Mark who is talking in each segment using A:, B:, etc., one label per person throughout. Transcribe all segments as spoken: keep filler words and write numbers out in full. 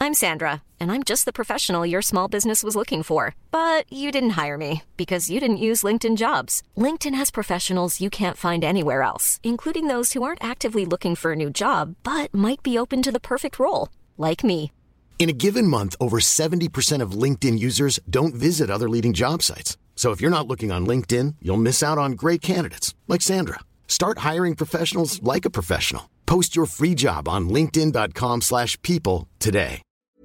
A: I'm Sandra, and I'm just the professional your small business was looking for. But you didn't hire me because you didn't use LinkedIn Jobs. LinkedIn has professionals you can't find anywhere else, including those who aren't actively looking for a new job, but might be open to the perfect role, like me.
B: In a given month, over seventy percent of LinkedIn users don't visit other leading job sites. So if you're not looking on LinkedIn, you'll miss out on great candidates like Sandra. Start hiring professionals like a professional. Post your free job on linkedin dot com slash people today.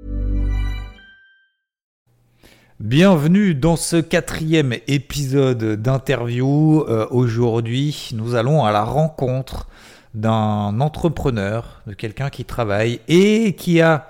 C: Bienvenue dans ce quatrième épisode d'interview. Euh, aujourd'hui, nous allons à la rencontre d'un entrepreneur, de quelqu'un qui travaille et qui a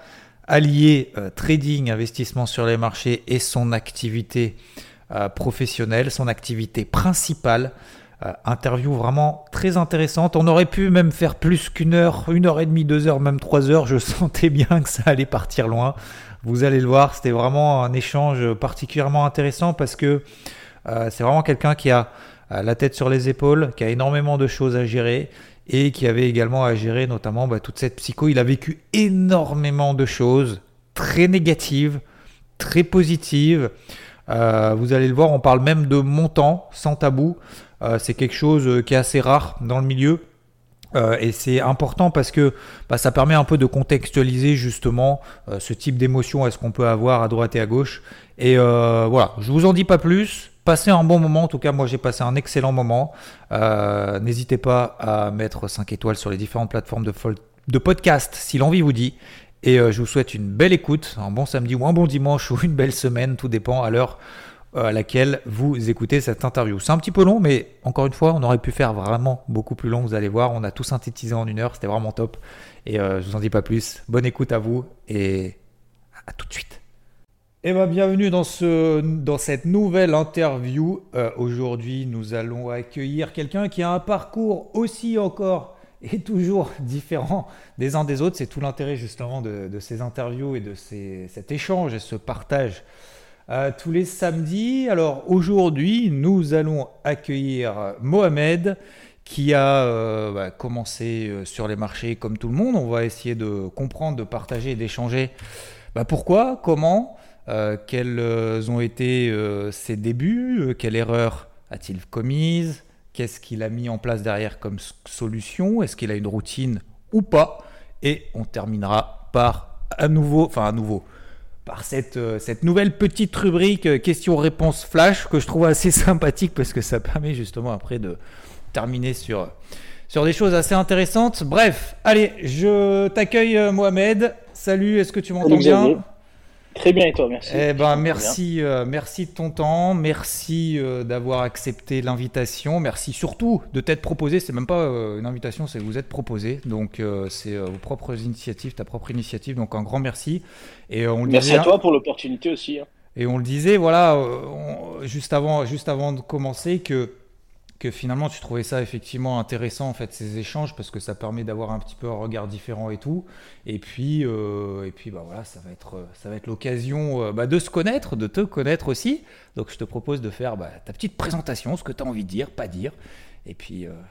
C: allié euh, trading, investissement sur les marchés et son activité euh, professionnelle, son activité principale. Euh, interview vraiment très intéressante. On aurait pu même faire plus qu'une heure, une heure et demie, deux heures, même trois heures. Je sentais bien que ça allait partir loin. Vous allez le voir, c'était vraiment un échange particulièrement intéressant parce que euh, c'est vraiment quelqu'un qui a euh, la tête sur les épaules, qui a énormément de choses à gérer et qui avait également à gérer notamment bah, toute cette psycho. Il a vécu énormément de choses très négatives, très positives. Euh, vous allez le voir, on parle même de montant sans tabou. Euh, c'est quelque chose qui est assez rare dans le milieu euh, et c'est important parce que bah, ça permet un peu de contextualiser justement euh, ce type d'émotion, est-ce qu'on peut avoir à droite et à gauche. Et euh, voilà, je vous en dis pas plus. Passez un bon moment, en tout cas moi j'ai passé un excellent moment. Euh, n'hésitez pas à mettre cinq étoiles sur les différentes plateformes de, fol- de podcast si l'envie vous dit. Et euh, je vous souhaite une belle écoute, un bon samedi ou un bon dimanche ou une belle semaine, tout dépend à l'heure à laquelle vous écoutez cette interview. C'est un petit peu long, mais encore une fois, on aurait pu faire vraiment beaucoup plus long. Vous allez voir, on a tout synthétisé en une heure, c'était vraiment top. Et euh, je vous en dis pas plus. Bonne écoute à vous et à tout de suite. Et bien, bienvenue dans, ce, dans cette nouvelle interview. Euh, aujourd'hui, nous allons accueillir quelqu'un qui a un parcours aussi encore et toujours différent des uns des autres. C'est tout l'intérêt justement de, de ces interviews et de ces, cet échange et ce partage Euh, tous les samedis. Alors aujourd'hui, nous allons accueillir Mohamed qui a euh, bah, commencé euh, sur les marchés comme tout le monde. On va essayer de comprendre, de partager et d'échanger bah, pourquoi, comment, euh, quels ont été euh, ses débuts, euh, quelle erreur a-t-il commise, qu'est-ce qu'il a mis en place derrière comme solution, est-ce qu'il a une routine ou pas. Et on terminera par à nouveau, enfin à nouveau, par cette, euh, cette nouvelle petite rubrique euh, questions-réponses flash que je trouve assez sympathique parce que ça permet justement après de terminer sur, sur des choses assez intéressantes. Bref, allez, je t'accueille euh, Mohamed. Salut, est-ce que tu m'entends bien ?
D: Très bien et toi, merci.
C: Eh ben, merci, euh, merci de ton temps, merci euh, d'avoir accepté l'invitation, merci surtout de t'être proposé. C'est même pas euh, une invitation, c'est que vous êtes proposé. Donc euh, c'est euh, vos propres initiatives, ta propre initiative. Donc un grand merci. Et euh, on le
D: merci
C: disait,
D: à toi pour l'opportunité aussi. Hein.
C: Et on le disait, voilà, euh, on, juste avant, juste avant de commencer que. que finalement tu trouvais ça effectivement intéressant en fait ces échanges parce que ça permet d'avoir un petit peu un regard différent et tout et puis euh, et puis bah voilà ça va être ça va être l'occasion euh, bah, de se connaître, de te connaître aussi. Donc je te propose de faire bah, ta petite présentation, ce que tu as envie de dire, pas dire et puis euh...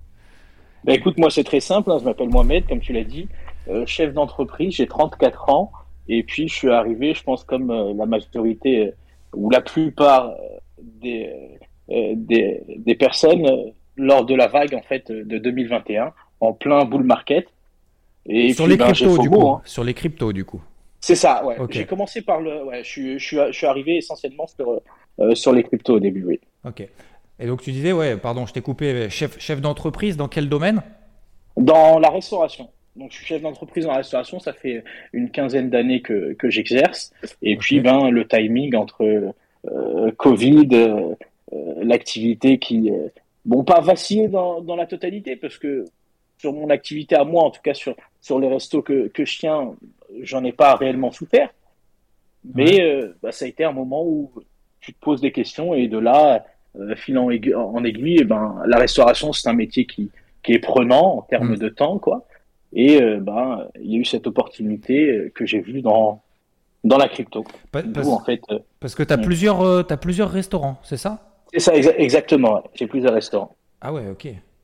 D: bah, écoute, moi c'est très simple, hein, je m'appelle Mohamed comme tu l'as dit, euh, chef d'entreprise, j'ai trente-quatre ans et puis je suis arrivé, je pense comme euh, la majorité euh, ou la plupart euh, des euh, Euh, des, des personnes euh, lors de la vague en fait de deux mille vingt et un en plein bull market
C: et sur, puis, les ben, cryptos, du coup, hein. sur les cryptos du coup
D: c'est ça ouais
C: okay.
D: J'ai commencé par le ouais je suis je suis je suis arrivé essentiellement sur euh, sur les cryptos au début. Oui.
C: Ok. Et donc tu disais ouais pardon je t'ai coupé, chef chef d'entreprise dans quel domaine?
D: Dans la restauration. Donc, je suis chef d'entreprise dans la restauration, ça fait une quinzaine d'années que, que j'exerce. Et okay. puis, ben, le timing entre euh, Covid, euh, l'activité qui, euh, bon, pas vacillé dans, dans la totalité, parce que sur mon activité à moi, en tout cas sur, sur les restos que, que je tiens, j'en ai pas réellement souffert. Mais ouais. euh, bah, ça a été un moment où tu te poses des questions et de là, euh, fil en aiguille, en aiguille, et ben, la restauration, c'est un métier qui, qui est prenant en termes mmh. de temps, quoi. Et euh, ben, il y a eu cette opportunité que j'ai vue dans, dans la crypto.
C: Parce, D'où, en fait, euh, parce que tu as, plusieurs, euh, t'as plusieurs restaurants, c'est ça?
D: C'est ça, exa- exactement. Ouais. J'ai plusieurs restaurants.
C: Ah ouais, ok.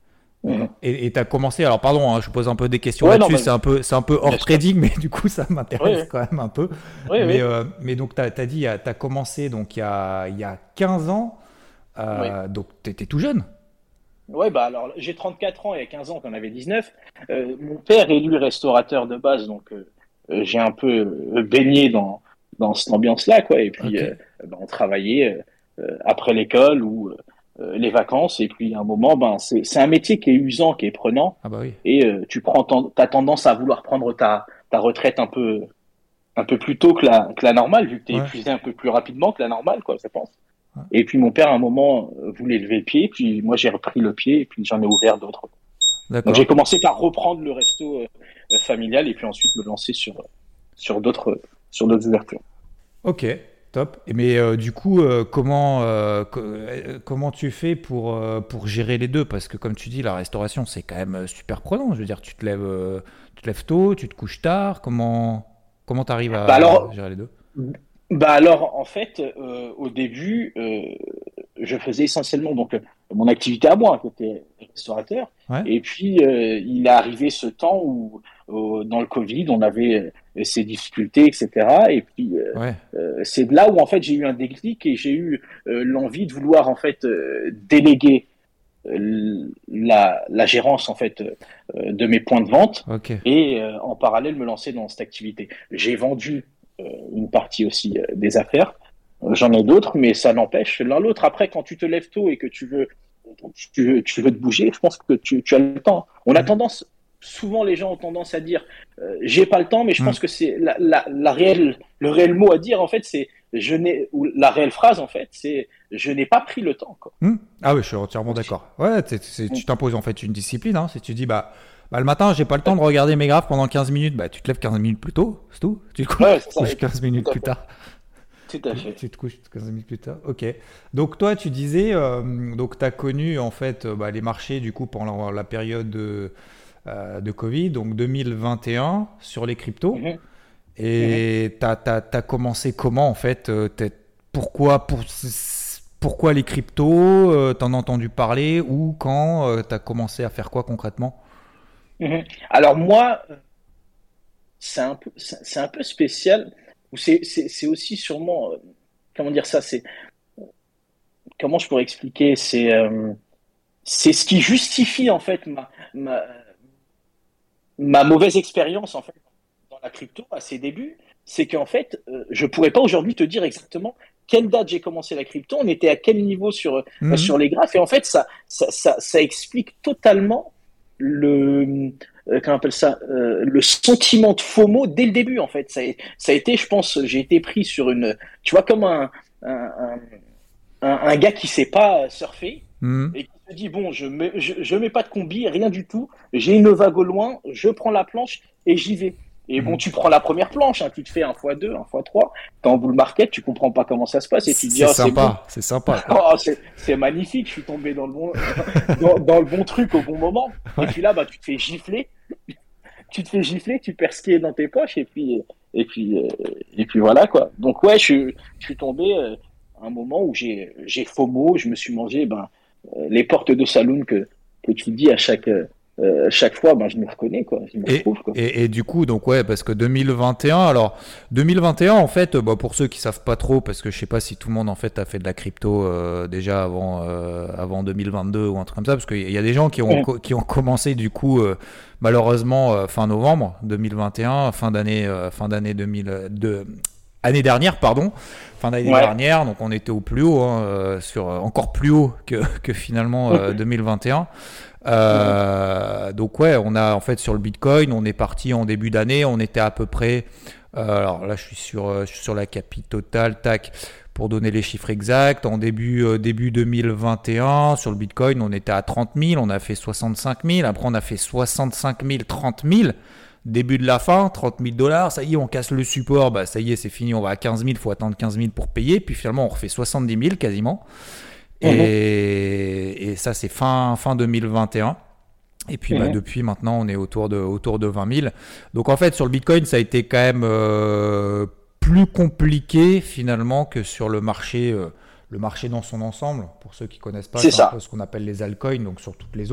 C: D'accord. Et tu as commencé, alors pardon, hein, je pose un peu des questions
D: ouais,
C: là-dessus,
D: non,
C: c'est, un peu, c'est un peu hors trading, mais du coup ça m'intéresse
D: oui,
C: quand même un peu.
D: oui,
C: mais,
D: oui.
C: euh, mais donc tu as dit, tu as commencé donc, il, y a, il y a quinze ans, euh,
D: Oui.
C: donc tu étais tout jeune.
D: Ouais, bah alors j'ai trente-quatre ans, il y a quinze ans, quand on avait dix-neuf. Euh, mon père est lui restaurateur de base, donc euh, euh, j'ai un peu euh, baigné dans, dans cette ambiance-là, quoi. Et puis
C: Ok.
D: euh, ben, on travaillait euh, euh, après l'école ou euh, les vacances. Et puis à un moment, ben c'est c'est un métier qui est usant, qui est prenant.
C: Ah bah oui.
D: Et euh, tu prends ten- t'as tendance à vouloir prendre ta, ta retraite un peu un peu plus tôt que la, que la normale, vu que t'es
C: Ouais.
D: épuisé un peu plus rapidement que la normale, quoi, je pense.
C: Ouais.
D: Et puis mon père, à un moment, euh, voulait lever le pied, puis moi j'ai repris le pied, et puis j'en ai ouvert d'autres. Donc j'ai
C: D'accord.
D: commencé par reprendre le resto euh, familial, et puis ensuite me lancer sur, sur d'autres sur d'autres ouvertures.
C: Ok, top. Et mais euh, du coup, euh, comment, euh, co- euh, comment tu fais pour, euh, pour gérer les deux? Parce que comme tu dis, la restauration, c'est quand même euh, super prenant. Je veux dire, tu te lèves, euh, tu te lèves tôt, tu te couches tard. Comment comment tu arrives
D: Bah
C: à
D: alors,
C: gérer les deux?
D: bah alors en fait, euh, au début, euh, je faisais essentiellement donc euh, mon activité à moi, côté restaurateur.
C: Ouais,
D: Et puis euh, il est arrivé ce temps où, où, dans le Covid, on avait euh, ces difficultés, et cetera. Et puis euh,
C: ouais,
D: euh, c'est de là où en fait j'ai eu un déclic et j'ai eu euh, l'envie de vouloir en fait euh, déléguer euh, la, la gérance en fait euh, de mes points de vente
C: ok.
D: et euh, en parallèle me lancer dans cette activité. J'ai vendu euh, une partie aussi euh, des affaires. Euh, J'en ai d'autres, mais ça n'empêche l'un l'autre. Après, quand tu te lèves tôt et que tu veux, tu veux, tu veux te bouger, je pense que tu, tu as le temps. On a
C: Mm,
D: tendance, souvent les gens ont tendance à dire, euh, j'ai pas le temps, mais je
C: mm,
D: pense que c'est la, la, la réelle, le réel mot à dire en fait, c'est je n'ai, ou la réelle phrase en fait, c'est je n'ai pas pris le temps, quoi.
C: mm. Ah oui, je suis entièrement
D: Donc,
C: d'accord. Ouais, c'est- c'est- tu t'imposes en fait une discipline. Hein. Si tu dis, bah, bah le matin, j'ai pas le temps de regarder mes graphes pendant quinze minutes, bah tu te lèves quinze minutes plus tôt, c'est tout. Tu te cou-
D: ouais,
C: tu
D: c'est
C: te
D: ça,
C: couches quinze minutes
D: tout à
C: plus
D: fait,
C: tard.
D: tout à
C: Tu,
D: fait.
C: tu te couches quinze minutes plus tard. Ok. Donc toi, tu disais, euh, donc tu as connu en fait euh, bah, les marchés du coup pendant la période de, euh, de Covid, donc deux mille vingt et un sur les cryptos.
D: Mhm, mhm.
C: Et tu as, commencé comment en fait euh, t'es- Pourquoi, pour, pourquoi les cryptos euh, T'en as entendu parler ou quand euh, tu as commencé à faire quoi concrètement?
D: Mhm. Alors moi, c'est un peu, c'est c'est un peu spécial. Ou c'est, c'est, c'est aussi sûrement, euh, comment dire ça, c'est, comment je pourrais expliquer, c'est, euh, c'est ce qui justifie en fait ma, ma, ma mauvaise expérience en fait dans la crypto à ses débuts, c'est qu'en fait, euh, je pourrais pas aujourd'hui te dire exactement quelle date j'ai commencé la crypto, on était à quel niveau sur euh,
C: Mhm.
D: sur les graphes, et en fait ça ça ça, ça explique totalement le euh, comment on appelle ça euh, le sentiment de FOMO dès le début en fait. Ça, a- ça a été, je pense, j'ai été pris sur une, tu vois, comme un un, un, un- un gars qui sait pas surfer
C: Mhm.
D: et qui se dit bon, je mets, je, je mets pas de combi, rien du tout, j'ai une vague au loin, je prends la planche et j'y vais. Et bon,
C: Mhm.
D: tu prends la première planche, hein, tu te fais un fois deux, un fois trois, t'es en bull market, tu comprends pas comment ça se passe et tu te dis
C: C'est
D: oh c'est bon,
C: sympa, c'est sympa quoi.
D: oh, c'est c'est magnifique, je suis tombé dans le bon dans, dans le bon truc au bon moment. Et
C: Ouais.
D: puis là, bah tu te fais gifler, tu te fais gifler, tu perds ce qui est dans tes poches et puis et puis euh, et puis voilà quoi. Donc ouais, je, suis- je suis tombé euh, à un moment où j'ai j'ai FOMO, je me suis mangé ben euh, les portes de saloon que que tu dis à chaque euh, chaque fois, ben je me reconnais quoi, je me
C: Et,
D: retrouve quoi.
C: et, et du coup, donc ouais, parce que deux mille vingt et un, alors deux mille vingt et un en fait, euh, bah, pour ceux qui savent pas trop, parce que je sais pas si tout le monde en fait a fait de la crypto euh, déjà avant euh, avant deux mille vingt-deux ou un truc comme ça, parce qu'il y a des gens qui ont
D: Ouais.
C: co- qui ont commencé du coup euh, malheureusement euh, fin novembre deux mille vingt et un, fin d'année euh, fin d'année deux mille deux, année dernière pardon, fin d'année
D: Ouais.
C: dernière, donc on était au plus haut, hein, euh, sur euh, encore plus haut que que finalement euh, deux mille vingt et un.
D: Mhm.
C: Euh, donc ouais, on a en fait sur le Bitcoin, on est parti en début d'année, on était à peu près, euh, alors là je suis sur, euh, je suis sur la capi totale, tac, pour donner les chiffres exacts, en début, euh, début deux mille vingt et un, sur le Bitcoin, on était à trente mille, on a fait soixante-cinq mille, après on a fait soixante-cinq mille, trente mille, début de la fin, trente mille dollars, ça y est, on casse le support, bah ça y est, c'est fini, on va à quinze mille, faut attendre quinze mille pour payer, puis finalement on refait soixante-dix mille quasiment.
D: Mhm.
C: Et, et ça, c'est fin, fin deux mille vingt et un. Et puis bah,
D: Mhm.
C: depuis maintenant, on est autour de, autour de vingt mille. Donc en fait, sur le Bitcoin, ça a été quand même euh, plus compliqué finalement que sur le marché, euh, le marché dans son ensemble. Pour ceux qui ne connaissent pas,
D: C'est
C: c'est un peu
D: ça.
C: ce qu'on appelle les altcoins, donc sur toutes les autres.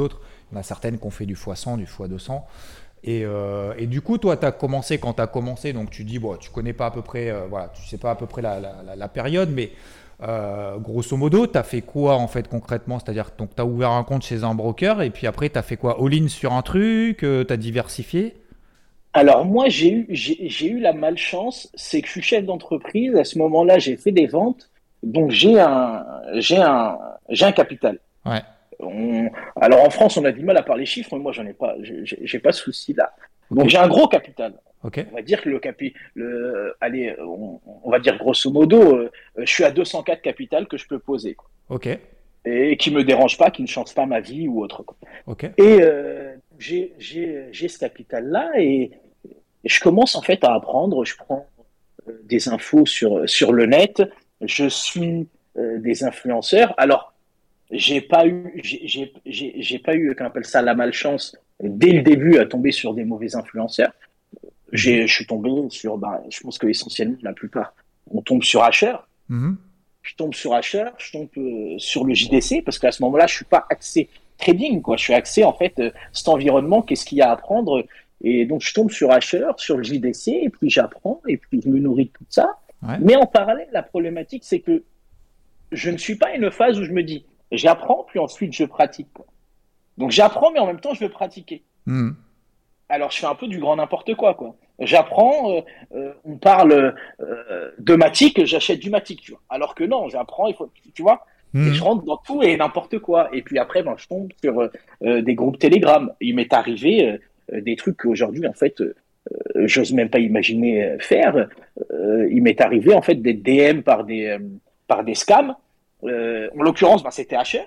C: On a certaines qui ont fait du fois cent, du fois deux cents. Et, euh, et du coup, toi, tu as commencé quand tu as commencé, donc tu dis, bon, tu connais pas à peu près, euh, voilà, tu sais pas à peu près la, la, la, la période, mais euh, grosso modo, tu as fait quoi en fait concrètement? C'est-à-dire que tu as ouvert un compte chez un broker et puis après, tu as fait quoi? All-in sur un truc, euh, tu as diversifié?
D: Alors moi, j'ai eu, j'ai, j'ai eu la malchance, c'est que je suis chef d'entreprise. À ce moment-là, j'ai fait des ventes, donc j'ai un, j'ai un, j'ai un capital.
C: Ouais.
D: On- Alors en France, on a du mal à parler chiffres, mais moi, j'en ai pas, j'ai j'ai- j'ai pas ce souci-là. Donc
C: Ok.
D: j'ai un gros capital.
C: Ok.
D: On va dire que le capi, le, allez, on, on va dire grosso modo, euh, je suis à deux cent quatre capital que je peux poser, quoi.
C: Ok.
D: Et qui me dérange pas, qui ne change pas ma vie ou autre, quoi.
C: Ok.
D: Et euh, j'ai j'ai j'ai ce capital-là et, et je commence en fait à apprendre. Je prends euh, des infos sur sur le net. Je suis euh, des influenceurs. Alors j'ai pas eu j'ai j'ai j'ai j'ai pas eu qu'on appelle ça la malchance dès le début à tomber sur des mauvais influenceurs.
C: Mhm.
D: J'ai je suis tombé sur bah je pense que essentiellement la plupart on tombe sur Asher.
C: Mhm.
D: Je tombe sur Asher, je tombe euh, sur le J D C parce qu'à ce moment-là, je suis pas axé trading, quoi. Je suis axé en fait euh, cet environnement, qu'est-ce qu'il y a à apprendre. Et donc je tombe sur Asher, sur le J D C, et puis j'apprends, et puis je me nourris de tout ça.
C: Ouais.
D: Mais en parallèle, la problématique, c'est que je ne suis pas à une phase où je me dis, j'apprends, puis ensuite je pratique, quoi. Donc j'apprends, mais en même temps, je veux pratiquer.
C: Mhm.
D: Alors, je fais un peu du grand n'importe quoi, quoi. J'apprends, euh, euh, on parle euh, de Matic, j'achète du Matic, tu vois. Alors que non, j'apprends, il faut, tu vois. Et
C: Mhm.
D: je rentre dans tout et n'importe quoi. Et puis après, ben, je tombe sur euh, des groupes Telegram. Il m'est arrivé euh, des trucs qu'aujourd'hui, en fait, euh, j'ose même pas imaginer faire. Euh, il m'est arrivé, en fait, d'être D M par des, euh, par des scams. Euh, en l'occurrence, ben, c'était Asher.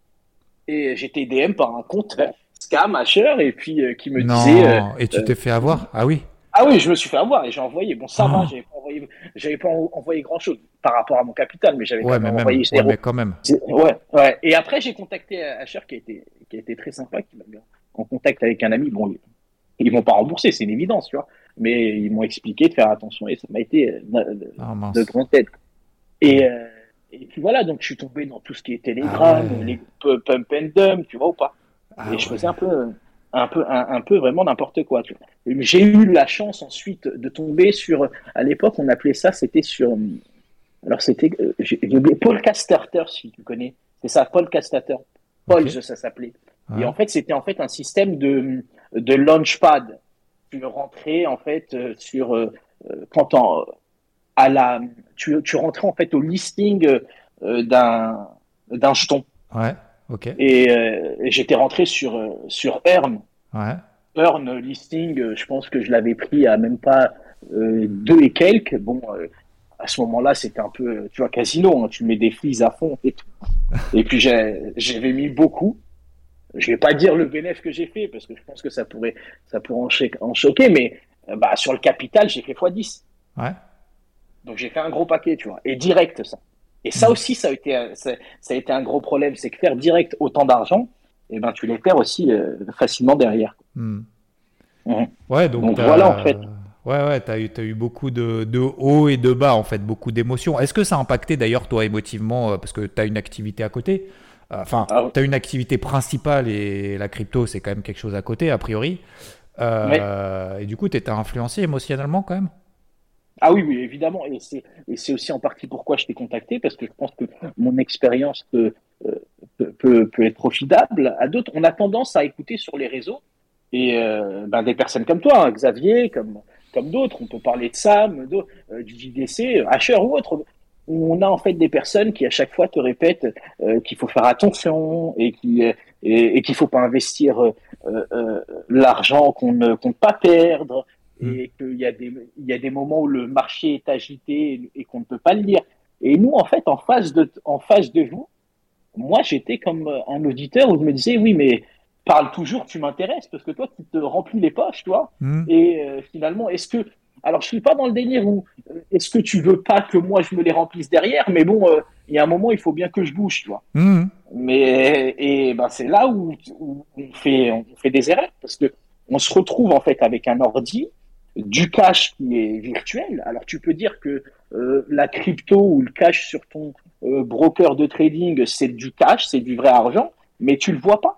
D: Et j'étais D M par un compte scam Asher et puis euh, qui me disait euh,
C: Non. Et tu
D: euh,
C: t'es fait avoir? Ah oui.
D: ah oui, je me suis fait avoir et j'ai envoyé. Bon, ça va,
C: Oh.
D: j'avais pas envoyé, j'avais pas en- envoyé grand chose par rapport à mon capital, mais j'avais quand
C: Ouais, mais
D: même
C: même.
D: envoyé
C: Ouais,
D: zéro.
C: mais quand même.
D: C'est- Ouais, ouais. Et après, j'ai contacté Asher qui a été, qui a été très sympa, qui m'a mis en contact avec un ami. Bon, ils, ils m'ont pas remboursé, c'est une évidence, tu vois. Mais ils m'ont expliqué de faire attention et ça m'a été euh, de,
C: Ah
D: de
C: mince.
D: grande aide. Et, euh, et puis voilà, donc je suis tombé dans tout ce qui est
C: Ah
D: Telegram,
C: ouais.
D: les groupes Pump and Dump, tu vois ou pas.
C: Ah
D: Et je faisais
C: ouais.
D: un peu, un peu, un, un peu vraiment n'importe quoi, tu vois. Et j'ai eu la chance ensuite de tomber sur, à l'époque, on appelait ça, c'était sur, alors c'était, euh, j'ai j'ai oublié, Polkastarter, si tu connais. C'est ça, Polkastarter.
C: Ok.
D: Polz, ça s'appelait. Et
C: Ouais.
D: en fait, c'était en fait un système de, de launchpad. Tu rentrais en fait euh, sur, euh, euh, quand en, à la, tu, tu rentrais en fait au listing euh, d'un, d'un jeton.
C: Ouais. Ok.
D: Et, euh, et j'étais rentré sur, euh, sur Earn.
C: Ouais.
D: Earn listing, euh, je pense que je l'avais pris à même pas euh, deux et quelques. Bon, euh, à ce moment-là, c'était un peu, euh, tu vois, casino, hein, tu mets des flics à fond et tout. Et puis j'ai- j'avais mis beaucoup. Je vais pas dire le bénéfice que j'ai fait parce que je pense que ça pourrait, ça pourrait en, cho- en choquer, mais euh, bah, sur le capital, j'ai fait fois dix.
C: Ouais.
D: Donc j'ai fait un gros paquet, tu vois, et direct ça. Et ça
C: Mhm.
D: aussi, ça a été, un- ça, ça a été un gros problème, c'est que faire direct autant d'argent, eh ben tu les perds aussi euh, facilement derrière.
C: Mhm.
D: Mhm.
C: Ouais, donc
D: Donc voilà en
C: t'as...
D: fait.
C: Ouais, ouais, t'as eu, t'as eu beaucoup de, de hauts et de bas, en fait, beaucoup d'émotions. Est-ce que ça a impacté d'ailleurs, toi, émotivement, euh, parce que t'as une activité à côté, euh, enfin,
D: Ah,
C: t'as une activité principale et la crypto, c'est quand même quelque chose à côté, a priori.
D: ouais.
C: Euh, et du coup, t'étais influencé émotionnellement quand même?
D: Ah oui, oui, évidemment. Et c'est, et c'est aussi en partie pourquoi je t'ai contacté, parce que je pense que mon expérience peut, euh, peut, peut, peut être profitable à d'autres. On a tendance à écouter sur les réseaux et euh, ben, des personnes comme toi, hein, Xavier, comme, comme d'autres. On peut parler de Sam, d'autres, euh, du J D C, Asher ou autre. Où on a en fait des personnes qui à chaque fois te répètent euh, qu'il faut faire attention et qui et, et qu'il faut pas investir euh, euh, l'argent qu'on ne compte pas perdre
C: Hmm.
D: et qu'il y a des il y a des moments où le marché est agité et, et qu'on ne peut pas le lire. Et nous en fait en face de en face de vous, moi j'étais comme un auditeur où je me disais oui mais parle toujours, tu m'intéresses parce que toi tu te remplis les poches, toi.
C: Hmm.
D: Et euh, finalement est-ce que alors je suis pas dans le délire où euh, est-ce que tu veux pas que moi je me les remplisse derrière, mais bon euh, il y a un moment il faut bien que je bouge, tu vois.
C: Hmm.
D: Mais et ben c'est là où, où on fait on fait des erreurs parce que on se retrouve en fait avec un ordi, du cash qui est virtuel. Alors tu peux dire que euh, la crypto ou le cash sur ton euh, broker de trading c'est du cash, c'est du vrai argent, mais tu le vois pas.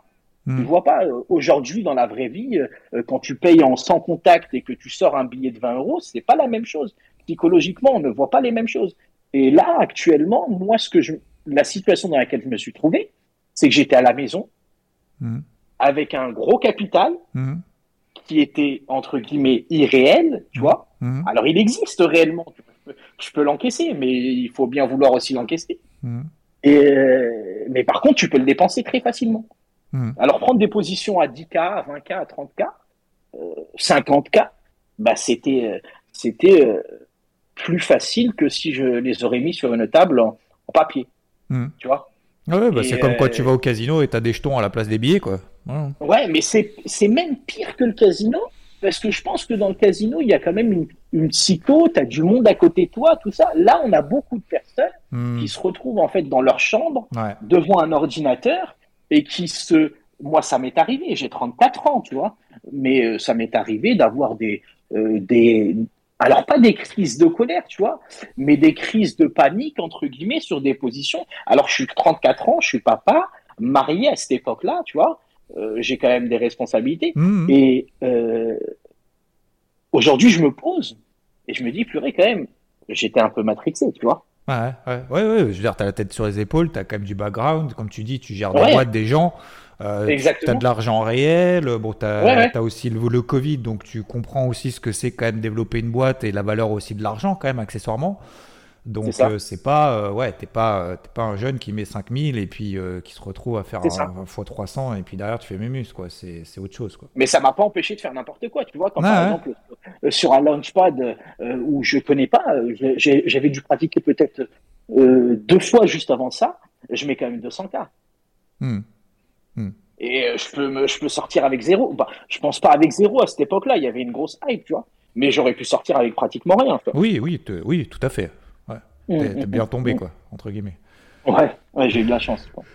D: Tu vois pas, euh, aujourd'hui, dans la vraie vie, euh, quand tu payes en sans contact et que tu sors un billet de vingt euros, c'est pas la même chose. Psychologiquement, on ne voit pas les mêmes choses. Et là, actuellement, moi, ce que je, la situation dans laquelle je me suis trouvé, c'est que j'étais à la maison
C: Mmh.
D: avec un gros capital
C: Mmh.
D: qui était, entre guillemets, irréel, tu vois.
C: Mmh.
D: Alors, il existe réellement. Je peux, je peux l'encaisser, mais il faut bien vouloir aussi l'encaisser.
C: Mmh.
D: Et, euh, mais par contre, tu peux le dépenser très facilement.
C: Mmh.
D: Alors, prendre des positions à dix K, à vingt K, à trente K, euh, cinquante K, bah, c'était, euh, c'était euh, plus facile que si je les aurais mis sur une table en, en papier,
C: Mmh.
D: tu vois.
C: Ah ouais, bah
D: Et,
C: c'est comme quand
D: euh,
C: tu vas au casino et t'as des jetons à la place des billets, quoi. Ouais.
D: Ouais, mais c'est, c'est même pire que le casino, parce que je pense que dans le casino, il y a quand même une, une psycho, tu as du monde à côté de toi, tout ça. Là, on a beaucoup de personnes
C: Mmh.
D: qui se retrouvent en fait dans leur chambre,
C: Ouais.
D: devant un ordinateur, et qui se... Moi, ça m'est arrivé, j'ai trente-quatre ans, tu vois, mais euh, ça m'est arrivé d'avoir des, euh, des... Alors, pas des crises de colère, tu vois, mais des crises de panique, entre guillemets, sur des positions. Alors, je suis trente-quatre ans, je suis papa, marié à cette époque-là, tu vois, euh, j'ai quand même des responsabilités.
C: Mmh.
D: Et euh, aujourd'hui, je me pose et je me dis, purée, quand même, j'étais un peu matrixé, tu vois.
C: Ouais, ouais, ouais, ouais, je veux dire, t'as la tête sur les épaules, t'as quand même du background, comme tu dis, tu gères des
D: Ouais,
C: boîtes, des gens, euh, tu as
D: exactement.
C: de l'argent réel, bon, t'as,
D: Ouais, ouais.
C: t'as aussi le, le Covid, donc tu comprends aussi ce que c'est quand même développer une boîte et la valeur aussi de l'argent quand même, accessoirement.
D: C'est
C: Donc
D: ça.
C: euh, c'est pas, euh, ouais, t'es pas, euh, t'es pas un jeune qui met cinq mille et puis euh, qui se retrouve à faire
D: C'est
C: un,
D: ça.
C: un fois trois cents et puis derrière tu fais mémus, quoi, c'est, c'est autre chose, quoi.
D: Mais ça m'a pas empêché de faire n'importe quoi, tu vois. Quand
C: Ouais,
D: par
C: ouais.
D: exemple, euh, sur un launchpad euh, où je connais pas, euh, j'ai- j'avais dû pratiquer peut-être euh, deux fois juste avant ça, je mets quand même deux cents K.
C: Hmm, hmm.
D: Et euh, je peux me, je peux sortir avec zéro. Bah, je pense pas avec zéro à cette époque-là. Il y avait une grosse hype, tu vois. Mais j'aurais pu sortir avec pratiquement rien, tu vois.
C: Oui, oui, te- oui, tout à fait. Ouais.
D: Hum,
C: T'es, t'es
D: hum,
C: bien
D: hum,
C: tombé,
D: hum.
C: quoi, entre guillemets.
D: Ouais, ouais, j'ai eu de la chance, quoi.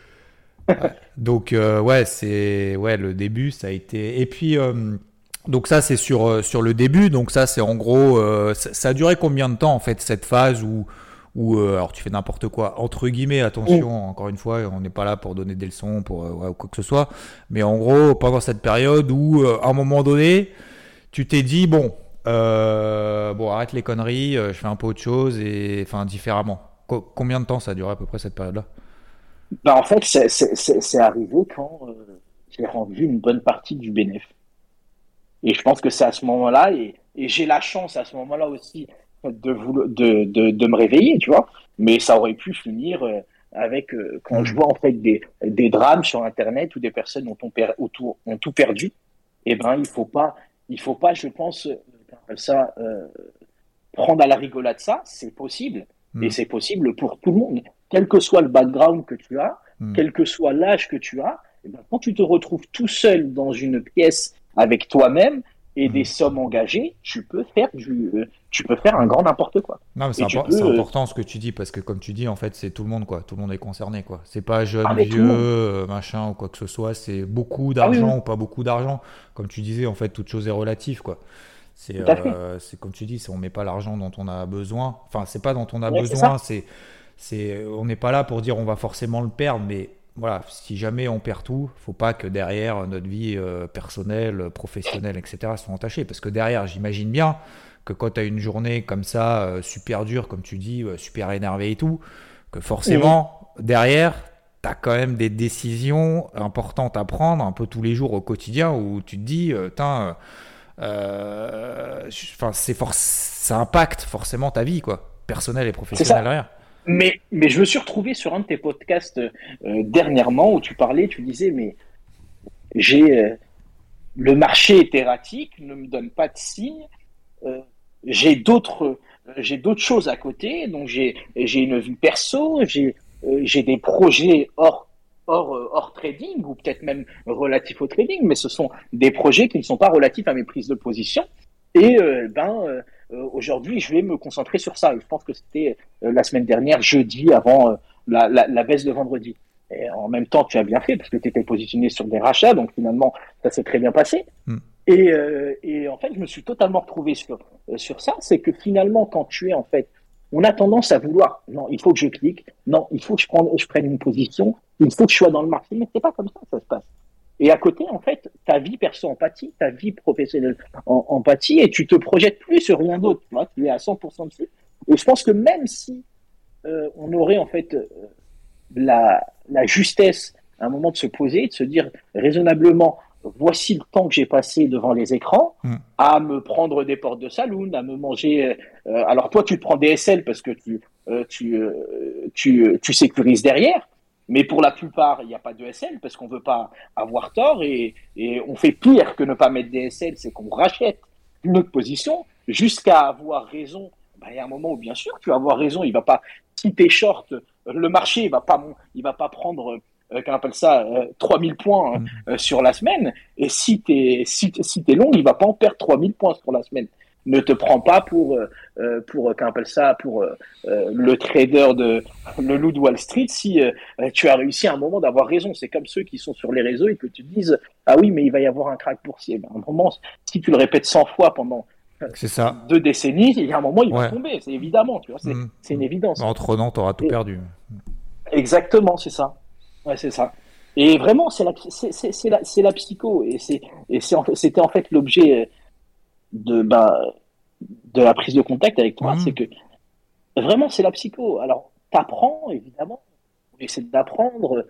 C: Donc euh, ouais, c'est ouais le début ça a été et puis euh, donc ça c'est sur euh, sur le début donc ça c'est en gros euh, ça, ça a duré combien de temps en fait cette phase où où euh, alors tu fais n'importe quoi entre guillemets attention encore une fois on n'est pas là pour donner des leçons pour euh, ouais, ou quoi que ce soit mais en gros pendant cette période où euh, à un moment donné tu t'es dit bon euh, bon arrête les conneries euh, je fais un peu autre chose et enfin différemment. Co- combien de temps ça a duré à peu près cette période-là?
D: Bah, en fait, c'est c'est- c'est- c'est arrivé quand euh, j'ai rendu une bonne partie du bénéfice. Et je pense que c'est à ce moment-là, et, et j'ai la chance à ce moment-là aussi de, voulo- de, de, de me réveiller, tu vois. Mais ça aurait pu finir euh, avec, euh, quand je
C: Hmm.
D: vois en fait des, des drames sur Internet où des personnes ont, tout per- ont tout, ont tout perdu, eh ben, il faut pas, il faut pas, je pense, euh, ça, euh, prendre à la rigolade ça, c'est possible. Et
C: Hmm.
D: c'est possible pour tout le monde. Quel que soit le background que tu as,
C: Hmm.
D: quel que soit l'âge que tu as, eh ben, quand tu te retrouves tout seul dans une pièce avec toi-même et
C: Hmm.
D: des sommes engagées, tu peux faire du, euh, tu peux faire un grand n'importe quoi.
C: Non, mais c'est
D: Et tu
C: impor-
D: peux,
C: c'est
D: euh,
C: important ce que tu dis parce que comme tu dis, en fait, c'est tout le monde quoi. Tout le monde est concerné quoi. C'est pas jeune,
D: ah mais tout
C: vieux,
D: le monde.
C: euh, machin ou quoi que ce soit. C'est beaucoup
D: Ah oui, oui,
C: d'argent ou pas beaucoup d'argent. Comme tu disais, en fait, toute chose est relative quoi. C'est,
D: tout à fait.
C: euh, c'est comme tu dis, c'est, on met pas l'argent dont on a besoin. Enfin, c'est pas dont on a
D: Ouais, c'est
C: besoin.
D: ça.
C: C'est, c'est, on n'est pas là pour dire on va forcément le perdre, mais voilà, si jamais on perd tout, faut pas que derrière notre vie euh, personnelle, professionnelle, et cetera soit entachée. Parce que derrière, j'imagine bien que quand tu as une journée comme ça, euh, super dure, comme tu dis, euh, super énervé et tout, que
D: Mhm.
C: forcément, derrière, tu as quand même des décisions importantes à prendre un peu tous les jours au quotidien où tu te dis, euh, Tain, euh, je- 'fin, c'est forc- ça impacte forcément ta vie, quoi, personnelle et
D: C'est
C: professionnelle
D: ça.
C: derrière.
D: Mais, mais je me suis retrouvé sur un de tes podcasts euh, dernièrement où tu parlais, tu disais, mais j'ai euh, le marché est erratique, ne me donne pas de signes. euh, j'ai d'autres euh, j'ai d'autres choses à côté, donc j'ai j'ai une vie perso, j'ai euh, j'ai des projets hors hors euh, hors trading ou peut-être même relatifs au trading, mais ce sont des projets qui ne sont pas relatifs à mes prises de position. Et euh, ben euh, euh, aujourd'hui, je vais me concentrer sur ça. Je pense que c'était euh, la semaine dernière, jeudi, avant euh, la, la, la baisse de vendredi. Et en même temps, tu as bien fait parce que tu étais positionné sur des rachats, donc finalement, ça s'est très bien passé.
C: Hmm.
D: Et, euh, et en fait, je me suis totalement retrouvé sur, euh, sur ça. C'est que finalement, quand tu es en fait, on a tendance à vouloir, non, il faut que je clique, non, il faut que je prenne, je prenne une position, il faut que je sois dans le marché, mais c'est pas comme ça que ça se passe. Et à côté, en fait, ta vie perso empathie, ta vie professionnelle en, empathie, et tu te projettes plus sur rien d'autre. Tu vois, tu es à cent pour cent dessus. Et je pense que même si euh, on aurait en fait euh, la, la justesse à un moment de se poser, de se dire raisonnablement, voici le temps que j'ai passé devant les écrans, mmh. à me prendre des portes de saloon, à me manger. Euh, alors toi, tu te prends des S L parce que tu euh, tu, euh, tu tu sécurises derrière. Mais pour la plupart, il n'y a pas de S L parce qu'on ne veut pas avoir tort et, et on fait pire que ne pas mettre des S L, c'est qu'on rachète une autre position jusqu'à avoir raison. Ben, il y a un moment où, bien sûr, tu vas avoir raison. Il va pas, si t'es short, le marché, il va pas, il va pas prendre, euh, qu'on appelle ça, euh, trois mille points euh, sur la semaine. Et si t'es, si, si t'es long, il va pas en perdre trois mille points sur la semaine. Ne te prends pas pour, euh, pour qu'on appelle ça, pour euh, le trader de le loup de Wall Street si euh, tu as réussi à un moment d'avoir raison. C'est comme ceux qui sont sur les réseaux et que tu te dises ah oui, mais il va y avoir un crack boursier. Ben, à un moment, si tu le répètes cent fois pendant
C: c'est ça.
D: deux décennies, il y a un moment, il
C: ouais.
D: va tomber. C'est évidemment, tu vois, c'est, mmh. c'est une évidence.
C: Entre non, t'auras tout et, perdu.
D: Exactement, c'est ça. Ouais, c'est ça. Et vraiment, c'est la, c'est, c'est, c'est la, c'est la psycho et c'est, et c'est en fait, c'était en fait l'objet de bah, de la prise de contact avec toi, mmh. c'est que vraiment c'est la psycho. Alors t'apprends évidemment, on essaie d'apprendre,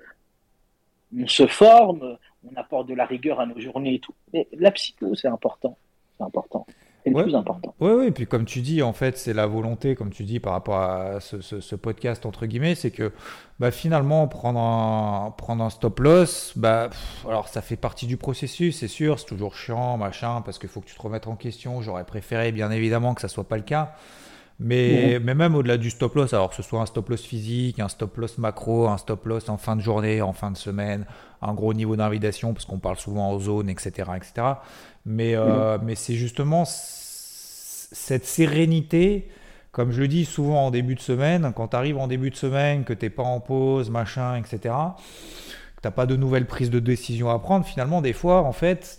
D: on se forme, on apporte de la rigueur à nos journées et tout. Mais la psycho c'est important, c'est important, c'est le
C: ouais.
D: plus important.
C: Oui, oui. Et puis comme tu dis, en fait, c'est la volonté, comme tu dis, par rapport à ce, ce, ce podcast entre guillemets, c'est que bah, finalement prendre un prendre un stop loss, bah pff, alors ça fait partie du processus, c'est sûr, c'est toujours chiant, machin, parce qu'il faut que tu te remettes en question. J'aurais préféré, bien évidemment, que ça soit pas le cas. Mais, mmh. mais même au-delà du stop loss, alors que ce soit un stop loss physique, un stop loss macro, un stop loss en fin de journée, en fin de semaine, un gros niveau d'invalidation, parce qu'on parle souvent en zone, et cetera, et cetera. Mais, euh, mmh. mais c'est justement c- cette sérénité, comme je le dis souvent en début de semaine, quand tu arrives en début de semaine, que tu n'es pas en pause, machin, et cetera, que tu n'as pas de nouvelles prises de décision à prendre, finalement, des fois, en fait,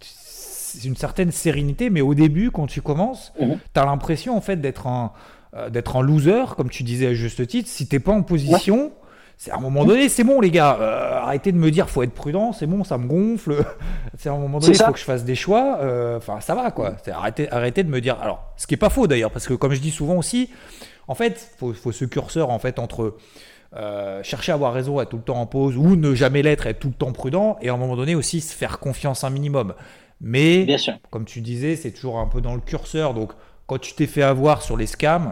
C: c'est une certaine sérénité, mais au début, quand tu commences, mmh. tu as l'impression en fait d'être un, euh, d'être un loser, comme tu disais à juste titre. Si tu n'es pas en position, ouais. c'est à un moment donné, c'est bon les gars, euh, arrêtez de me dire faut être prudent, c'est bon, ça me gonfle. C'est à un moment donné, il faut que je fasse des choix. Enfin, euh, ça va quoi. C'est arrêtez, arrêtez de me dire. Alors, ce qui est pas faux d'ailleurs, parce que comme je dis souvent aussi, en fait, faut, faut ce curseur en fait entre euh, chercher à avoir raison, être tout le temps en pause, ou ne jamais l'être, être tout le temps prudent, et à un moment donné aussi se faire confiance un minimum. Mais, comme tu disais, c'est toujours un peu dans le curseur. Donc, quand tu t'es fait avoir sur les scams,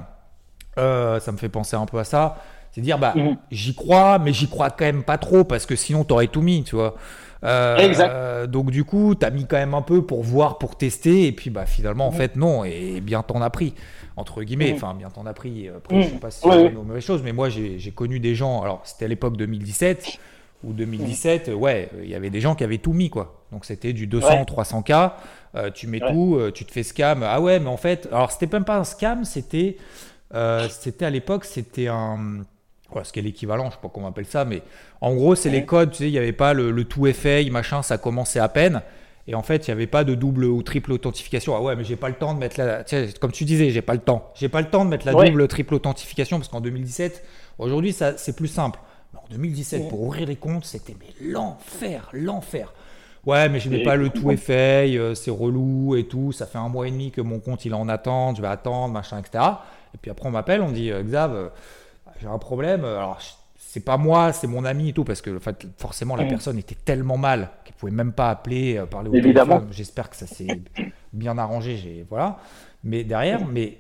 C: euh, ça me fait penser un peu à ça. C'est dire, bah, mmh. j'y crois, mais j'y crois quand même pas trop parce que sinon, t'aurais tout mis, tu vois. Euh, exact. Euh, donc, du coup, t'as mis quand même un peu pour voir, pour tester. Et puis, bah, finalement, mmh. en fait, non. Et bien t'en as pris, entre guillemets. Enfin, mmh. bien t'en as pris. Après, mmh. je sais pas si c'est ouais, une mauvaise chose, mais moi, j'ai, j'ai connu des gens. Alors, c'était à l'époque deux mille dix-sept. Ou deux mille dix-sept, ouais, il y avait des gens qui avaient tout mis, quoi. Donc, c'était du deux cents, ouais. trois cents K. Euh, tu mets ouais. tout, euh, tu te fais scam. Ah ouais, mais en fait, alors, c'était même pas un scam, c'était, euh, c'était à l'époque, c'était un. Quoi, ce qui est l'équivalent, je sais pas comment on appelle ça, mais en gros, c'est ouais. les codes, tu sais, il n'y avait pas le, le two F A, machin, ça commençait à peine. Et en fait, il n'y avait pas de double ou triple authentification. Ah ouais, mais j'ai pas le temps de mettre la. Tu sais, comme tu disais, j'ai pas le temps. J'ai pas le temps de mettre la ouais. double, triple authentification parce qu'en deux mille dix-sept, aujourd'hui, ça, c'est plus simple. Mais en deux mille dix-sept, ouais. pour ouvrir les comptes, c'était mais l'enfer, l'enfer. Ouais, mais je n'ai pas le tout F A, euh, c'est relou et tout. Ça fait un mois et demi que mon compte il est en attente, je vais attendre, machin, et cetera. Et puis après, on m'appelle, on dit euh, Xav, euh, j'ai un problème. Alors, c'est pas moi, c'est mon ami et tout, parce que en fait, forcément, la mmh. personne était tellement mal qu'elle pouvait même pas appeler, euh, parler au
D: Évidemment.
C: téléphone. J'espère que ça s'est bien arrangé. J'ai, voilà. Mais derrière, mmh. mais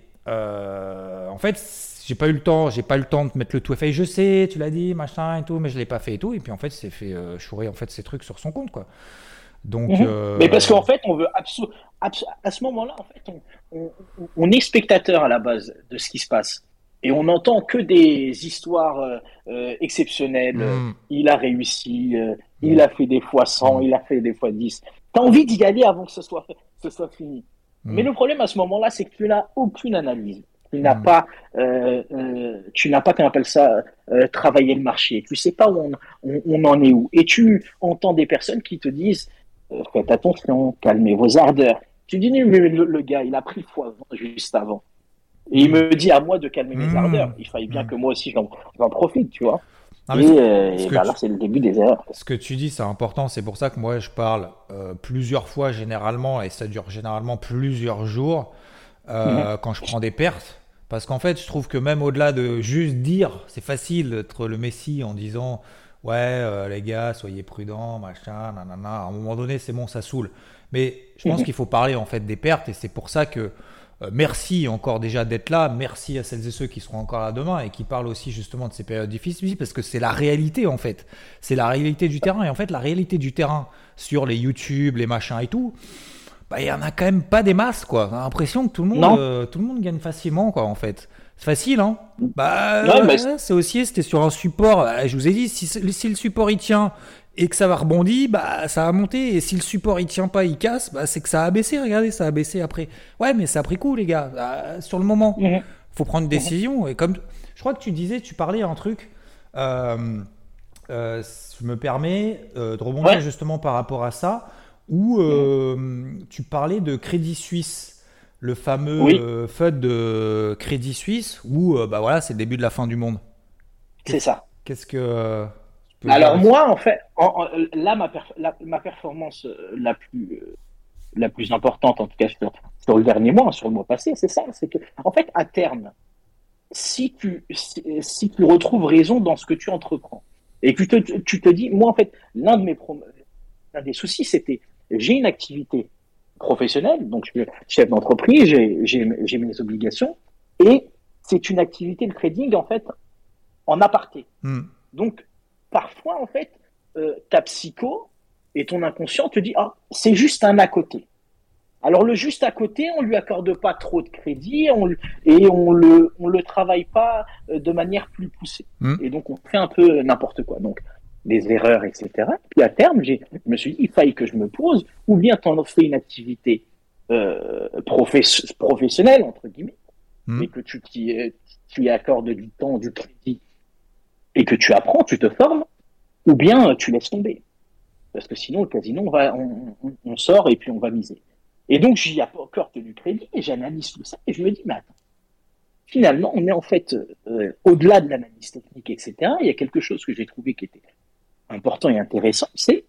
C: euh, en fait, j'ai pas eu le temps, j'ai pas eu le temps de mettre le tout F A. Je sais, tu l'as dit, machin et tout, mais je l'ai pas fait et tout. Et puis en fait, c'est fait euh, chourer en fait ces trucs sur son compte, quoi. Donc, mmh. euh...
D: mais parce qu'en fait, on veut abso- abso- à ce moment-là, en fait, on, on, on est spectateur à la base de ce qui se passe. Et on n'entend que des histoires euh, euh, exceptionnelles. Mmh. Il a réussi, euh, mmh. il a fait des fois cent, mmh. il a fait des fois dix. Tu as envie d'y aller avant que ce soit, que ce soit fini. Mmh. Mais le problème à ce moment-là, c'est que tu n'as aucune analyse. Tu n'as mmh. pas, euh, euh, tu n'as pas, qu'on appelle ça, euh, travailler le marché. Tu sais pas où on, on, on en est où. Et tu entends des personnes qui te disent euh, faites attention, calmez vos ardeurs. Tu dis mais le, le gars, il a pris fois juste avant. Et il me dit à moi de calmer mes mmh. ardeurs. Il fallait bien mmh. que moi aussi j'en, j'en profite, tu vois.
C: Non,
D: et
C: ce,
D: euh,
C: ce
D: et
C: que
D: ben
C: tu,
D: là, c'est le début des erreurs.
C: ce que tu dis, c'est important. C'est pour ça que moi, je parle euh, plusieurs fois généralement, et ça dure généralement plusieurs jours
D: Mhm.
C: euh, quand je prends des pertes. Parce qu'en fait, je trouve que même au-delà de juste dire, c'est facile d'être le messie en disant ouais, euh, les gars, soyez prudents, machin, nanana. À un moment donné, c'est bon, ça saoule. Mais je pense
D: Mhm.
C: qu'il faut parler en fait des pertes, et c'est pour ça que euh, merci encore déjà d'être là. Merci à celles et ceux qui seront encore là demain et qui parlent aussi justement de ces périodes difficiles, parce que c'est la réalité en fait. C'est la réalité du terrain. Et en fait, la réalité du terrain sur les YouTube, les machins et tout, bah, il y en a quand même pas des masses, quoi. On a l'impression que tout le monde,
D: Non?
C: euh, tout le monde gagne facilement, quoi, en fait. C'est facile, hein. Bah,
D: Ouais, mais
C: ouais, c'est aussi, c'était sur un support. euh, Je vous ai dit, si, si le support il tient et que ça va rebondir, bah, ça va monter. Et si le support il tient pas, il casse, bah, c'est que ça a baissé. Regardez, ça a baissé après. Ouais, mais ça a pris coup, les gars. Euh, sur le moment,
D: Mhm.
C: faut prendre une
D: Mhm.
C: décision. Et comme, je crois que tu disais, tu parlais un truc. Euh, euh, je me permets euh, de rebondir
D: Ouais.
C: justement par rapport à ça, où
D: Mhm.
C: euh, tu parlais de Crédit Suisse, le fameux
D: Oui,
C: euh, F U D de Crédit Suisse, où euh, bah voilà, c'est le début de la fin du monde.
D: c'est
C: Qu'est-ce,
D: ça.
C: qu'est-ce que euh, tu peux dire
D: Alors
C: là-dessus?
D: moi, en fait, en- en- là, ma, perf- la- ma performance euh, la plus, euh, la plus importante, en tout cas sur, sur le dernier mois, sur le mois passé, c'est ça. C'est que, en fait, à terme, si tu, si, si tu retrouves raison dans ce que tu entreprends et que tu te, tu te dis, moi, en fait, l'un de mes prom- l'un des soucis, c'était, j'ai une activité professionnelle, donc je suis chef d'entreprise, j'ai, j'ai, j'ai mes obligations, et c'est une activité, le trading, en fait, en aparté.
C: Hmm.
D: Donc, parfois, en fait, euh, ta psycho et ton inconscient te dit, ah, c'est juste un à côté. Alors, le juste à côté, on lui accorde pas trop de crédit on, et on le, on le travaille pas euh, de manière plus poussée.
C: Hmm.
D: Et donc, on fait un peu n'importe quoi. Donc, des erreurs, et cetera. Puis, à terme, j'ai, je me suis dit, il faille que je me pose, ou bien tu en fais une activité euh, professe- professionnelle, entre guillemets,
C: Hmm.
D: et que tu, t'y- tu y accordes du temps, du crédit et que tu apprends, tu te formes, ou bien euh, tu laisses tomber. Parce que sinon, le casino, on, va, on, on, on sort et puis on va miser. Et donc, j'y apporte du crédit et j'analyse tout ça et je me dis, mais attends, finalement, on est en fait euh, au-delà de l'analyse technique, et cetera. Il y a quelque chose que j'ai trouvé qui était important et intéressant, c'est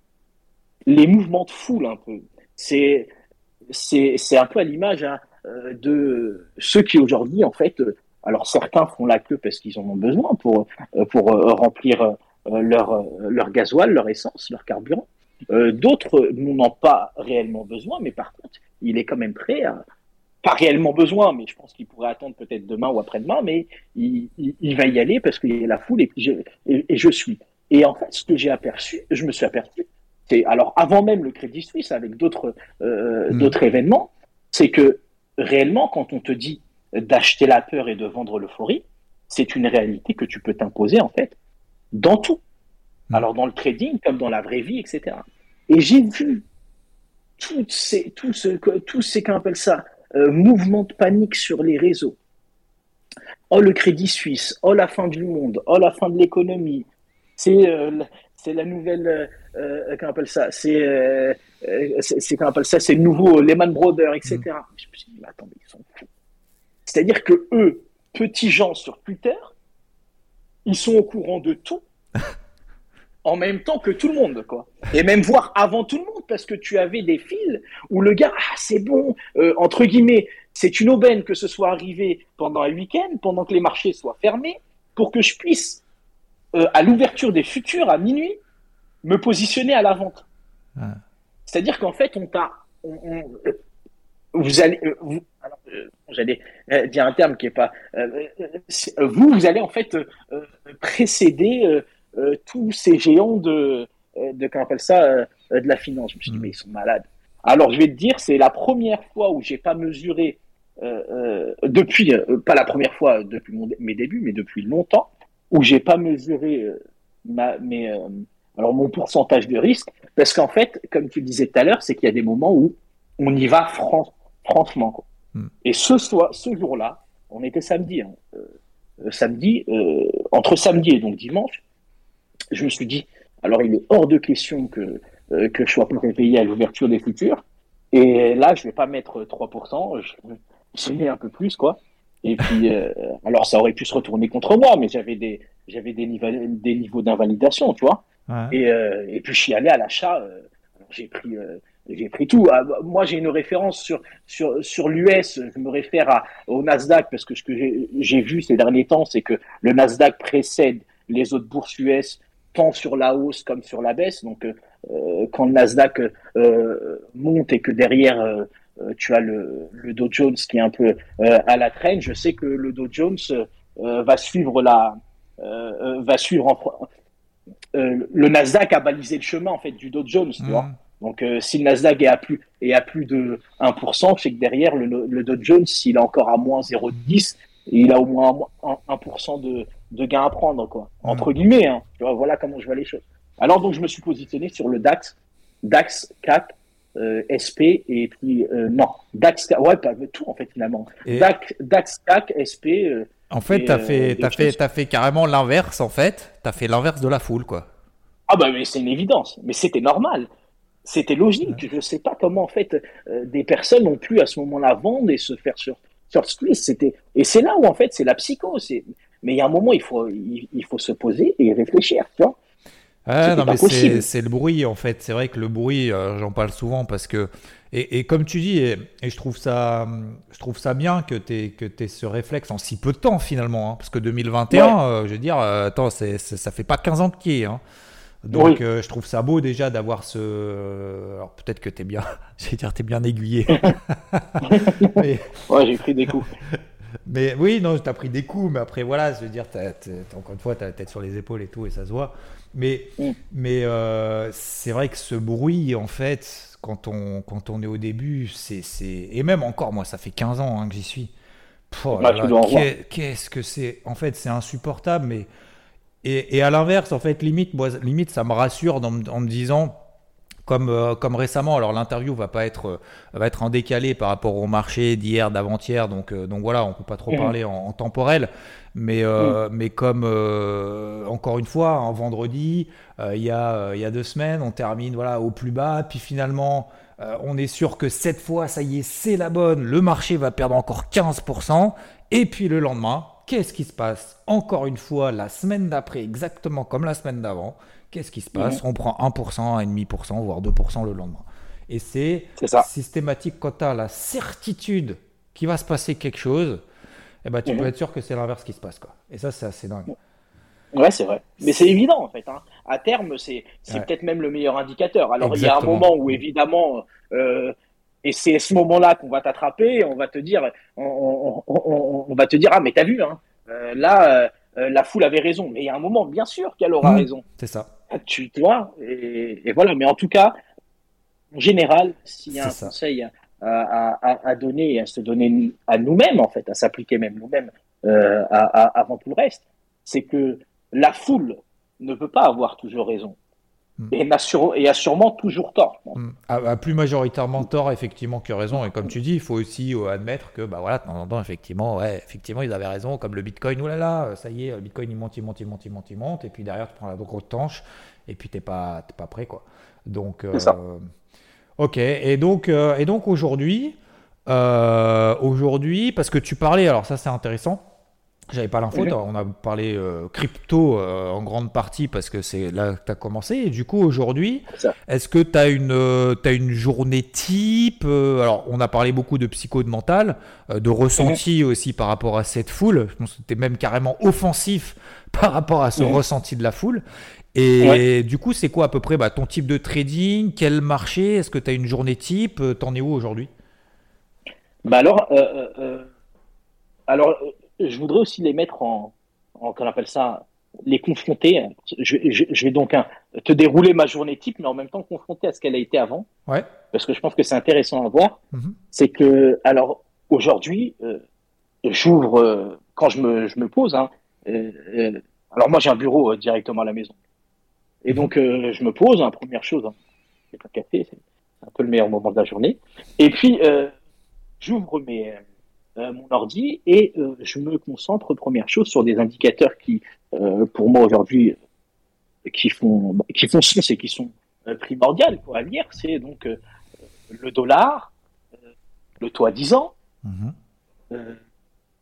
D: les mouvements de foule un peu. C'est, c'est, c'est un peu à l'image hein, euh, de ceux qui aujourd'hui, en fait, euh, alors certains font la queue parce qu'ils en ont besoin pour, euh, pour euh, remplir euh, leur, euh, leur gasoil, leur essence, leur carburant. Euh, d'autres n'en ont pas réellement besoin, mais par contre, il est quand même prêt à, pas réellement besoin, mais je pense qu'il pourrait attendre peut-être demain ou après-demain, mais il, il, il va y aller parce qu'il y a la foule et, puis je, et, et je suis. Et en fait, ce que j'ai aperçu, je me suis aperçu, c'est alors avant même le Crédit Suisse, avec d'autres euh,
C: Hmm.
D: d'autres événements, c'est que réellement, quand on te dit d'acheter la peur et de vendre l'euphorie, c'est une réalité que tu peux t'imposer en fait dans tout.
C: Hmm.
D: Alors dans le trading comme dans la vraie vie, et cetera. Et j'ai vu toutes ces, tout ce, tous ces, qu'on appelle ça, euh, mouvements de panique sur les réseaux. Oh, le Crédit Suisse, oh, la fin du monde, oh, la fin de l'économie. C'est euh, c'est la nouvelle, euh, euh, qu'on appelle ça, c'est, euh, c'est, c'est, qu'on appelle ça, c'est le nouveau Lehman Brothers,
C: Hmm.
D: et cetera. Je me suis dit, mais attendez, ils sont fous. C'est-à-dire que eux, petits gens sur Twitter, ils sont au courant de tout en même temps que tout le monde, quoi. Et même voir avant tout le monde, parce que tu avais des fils où le gars, ah, c'est bon, euh, entre guillemets, c'est une aubaine que ce soit arrivé pendant un week-end, pendant que les marchés soient fermés, pour que je puisse, euh, à l'ouverture des futurs, à minuit, me positionner à la vente.
C: Ah.
D: C'est-à-dire qu'en fait, on t'a, on, on, euh, vous allez, euh, vous, alors, euh, j'allais euh, dire un terme qui est pas, euh, euh, vous, vous allez en fait euh, euh, précéder euh, euh, tous ces géants de, euh, de comment on appelle ça, euh, de la finance. Je me suis dit,
C: Hmm.
D: mais ils sont malades. Alors, je vais te dire, c'est la première fois où j'ai pas mesuré, euh, euh, depuis, euh, pas la première fois depuis mon, mes débuts, mais depuis longtemps, où j'ai pas mesuré euh, ma, mes, euh, alors mon pourcentage de risque, parce qu'en fait, comme tu le disais tout à l'heure, c'est qu'il y a des moments où on y va franc, franchement. Quoi.
C: Hmm.
D: Et ce soir, ce jour-là, on était samedi, hein, euh, samedi, euh, entre samedi et donc dimanche, je me suis dit, alors il est hors de question que, euh, que je sois pas payé à l'ouverture des futurs. Et là, je vais pas mettre trois pour cent, je, j'ai mis un peu plus, quoi. Et puis, euh, alors ça aurait pu se retourner contre moi, mais j'avais des, j'avais des niveaux, des niveaux d'invalidation, tu vois.
C: Ouais.
D: Et, euh, et puis je suis allé à l'achat. Euh, j'ai pris, euh, j'ai pris tout. Ah, moi, j'ai une référence sur sur sur l'U S. Je me réfère à, au Nasdaq parce que ce que j'ai, j'ai vu ces derniers temps, c'est que le Nasdaq précède les autres bourses U S tant sur la hausse comme sur la baisse. Donc, euh, quand le Nasdaq euh, monte et que derrière euh, euh, tu as le, le Dow Jones qui est un peu euh, à la traîne, je sais que le Dow Jones euh, va suivre la euh, va suivre en, euh, le Nasdaq a balisé le chemin en fait du Dow Jones, tu
C: Mmh.
D: vois. Donc euh, si le Nasdaq est à plus est à plus de un pour cent, c'est que derrière le, le Dow Jones, s'il est encore à moins zéro virgule dix, il a au moins un, un pour cent de, de gain à prendre, quoi. Entre
C: Mmh.
D: guillemets, hein. Tu vois, voilà comment je vois les choses. Alors donc je me suis positionné sur le DAX, DAX, C A C, euh, S P et puis euh, non, DAX, ouais, pas tout en fait finalement.
C: Et
D: DAX, DAX, C A C, S P. Euh,
C: en fait,
D: et,
C: t'as
D: euh,
C: fait, t'as
D: d'autres
C: fait,
D: choses.
C: t'as fait carrément l'inverse, en fait. T'as fait l'inverse de la foule, quoi.
D: Ah bah mais c'est une évidence, mais c'était normal. C'était
C: Ouais.
D: logique. Je ne sais pas comment en fait euh, des personnes ont pu à ce moment-là vendre et se faire sur sur squeeze. C'était et c'est là où en fait c'est la psycho. C'est mais il y a un moment il faut il, il faut se poser et réfléchir. Tu vois,
C: Ah,
D: c'était
C: non,
D: pas
C: mais c'est,
D: possible.
C: c'est le bruit, en fait. C'est vrai que le bruit, euh, j'en parle souvent parce que, et, et comme tu dis, et, et je trouve ça, je trouve ça bien que tu que t'aies ce réflexe en si peu de temps, finalement, hein, parce que deux mille vingt et un,
D: Ouais,
C: euh, je veux dire, euh, attends, c'est, c'est- ça fait pas quinze ans qu'il y est, hein. Donc,
D: oui.
C: euh, je trouve ça beau déjà d'avoir ce. Alors, peut-être que t'es bien, je vais dire, t'es bien aiguillé. Mais,
D: Ouais, j'ai pris des coups.
C: mais oui, non, t'as pris des coups, mais après, voilà, je veux dire, t'as- t'as- encore une fois, t'as la tête sur les épaules et tout, et ça se voit. Mais,
D: Mm.
C: mais euh, c'est vrai que ce bruit, en fait, quand on, quand on est au début, c'est, c'est... Et même encore, moi, ça fait quinze ans hein, que j'y suis. Pff, oh là
D: Ouais, tu
C: là,
D: dois en voir.
C: qu'est- qu'est-ce que c'est? En fait, c'est insupportable, mais... Et, et à l'inverse, en fait, limite, moi, limite, ça me rassure en, me- en me disant... Comme, euh, comme récemment, alors l'interview va pas être, euh, va être en décalé par rapport au marché d'hier, d'avant-hier, donc, euh, donc voilà, on peut pas trop
D: Mhm.
C: parler en, en temporel, mais,
D: Mhm.
C: euh, mais comme euh, encore une fois, un vendredi, euh, il y a, euh, il y a deux semaines, on termine voilà, au plus bas, puis finalement, euh, on est sûr que cette fois, ça y est, c'est la bonne, le marché va perdre encore quinze pour cent, et puis le lendemain, qu'est-ce qui se passe? Encore une fois, la semaine d'après, exactement comme la semaine d'avant, qu'est-ce qui se passe?
D: Mhm.
C: On prend un pour cent, un virgule cinq pour cent, voire deux pour cent le lendemain. Et c'est
D: C'est ça.
C: systématique quand tu as la certitude qu'il va se passer quelque chose, eh ben, tu peux
D: Mhm.
C: être sûr que c'est l'inverse qui se passe. Quoi. Et ça, c'est assez dingue.
D: Ouais, c'est vrai. Mais c'est
C: C'est-
D: évident en fait. Hein. À terme, c'est c'est
C: Ouais,
D: peut-être même le meilleur indicateur. Alors il y a un
C: exactement.
D: moment où évidemment, euh, et c'est à ce moment-là qu'on va t'attraper, on va te dire, on, on, on, on va te dire ah mais t'as vu hein, euh, là euh, euh, la foule avait raison. Mais il y a un moment, bien sûr qu'elle aura
C: Mmh,
D: raison.
C: c'est ça.
D: Tu, tu vois. Et, et voilà. Mais en tout cas, en général, s'il y a
C: C'est
D: un
C: ça.
D: conseil à, à, à, à donner et à se donner à nous-mêmes en fait, à s'appliquer même nous-mêmes euh, à, à, avant tout le reste, c'est que la foule ne peut pas avoir toujours raison
C: Mmh.
D: et, n'a sur- et a sûrement toujours tort. Bon.
C: Mm. À, à plus majoritairement tort, effectivement, que raison. Et comme tu dis, il faut aussi euh, admettre que, bah voilà, de temps en temps, effectivement, ouais, effectivement, ils avaient raison. Comme le Bitcoin, oulala, euh, ça y est, le Bitcoin, il monte, il monte, il monte, il monte, il monte. Et puis derrière, tu prends la grosse tanche. Et puis, t'es pas, t'es pas prêt, quoi. Donc,
D: C'est ça.
C: euh, ok. Et donc, euh, et donc aujourd'hui, euh, aujourd'hui, parce que tu parlais, alors ça, c'est intéressant. J'avais pas l'info,
D: Mhm.
C: t'as- on a parlé euh, crypto euh, en grande partie parce que c'est là que tu as commencé. Et du coup, aujourd'hui,
D: C'est ça.
C: est-ce que tu as une, euh, t'as une journée type euh, Alors, on a parlé beaucoup de psycho, de mental, euh, de
D: Mhm.
C: ressenti aussi par rapport à cette foule. Je pense que tu es même carrément offensif par rapport à ce
D: Mhm.
C: ressenti de la foule.
D: Ouais.
C: Et du coup, c'est quoi à peu près bah, ton type de trading? Quel marché? Est-ce que tu as une journée type? Euh, T'en es où aujourd'hui?
D: Bah alors, euh, euh, euh, alors, euh, je voudrais aussi les mettre en, en qu'on appelle ça, les confronter. Je, je, je vais donc hein, te dérouler ma journée type, mais en même temps confronter à ce qu'elle a été avant,
C: Ouais.
D: parce que je pense que c'est intéressant à voir.
C: Mhm.
D: C'est que, alors, aujourd'hui, euh, j'ouvre euh, quand je me, je me pose. Hein, euh, euh, alors moi, j'ai un bureau euh, directement à la maison, et
C: Mhm.
D: donc euh, je me pose. Hein, première chose, hein, c'est un café, c'est un peu le meilleur moment de la journée. Et puis euh, j'ouvre mes euh, mon ordi et euh, je me concentre première chose sur des indicateurs qui, euh, pour moi aujourd'hui, qui font qui font sens et qui sont euh, primordiales quoi, à lire. C'est donc euh, le dollar, euh, le taux à dix ans.
C: Mhm.
D: Euh,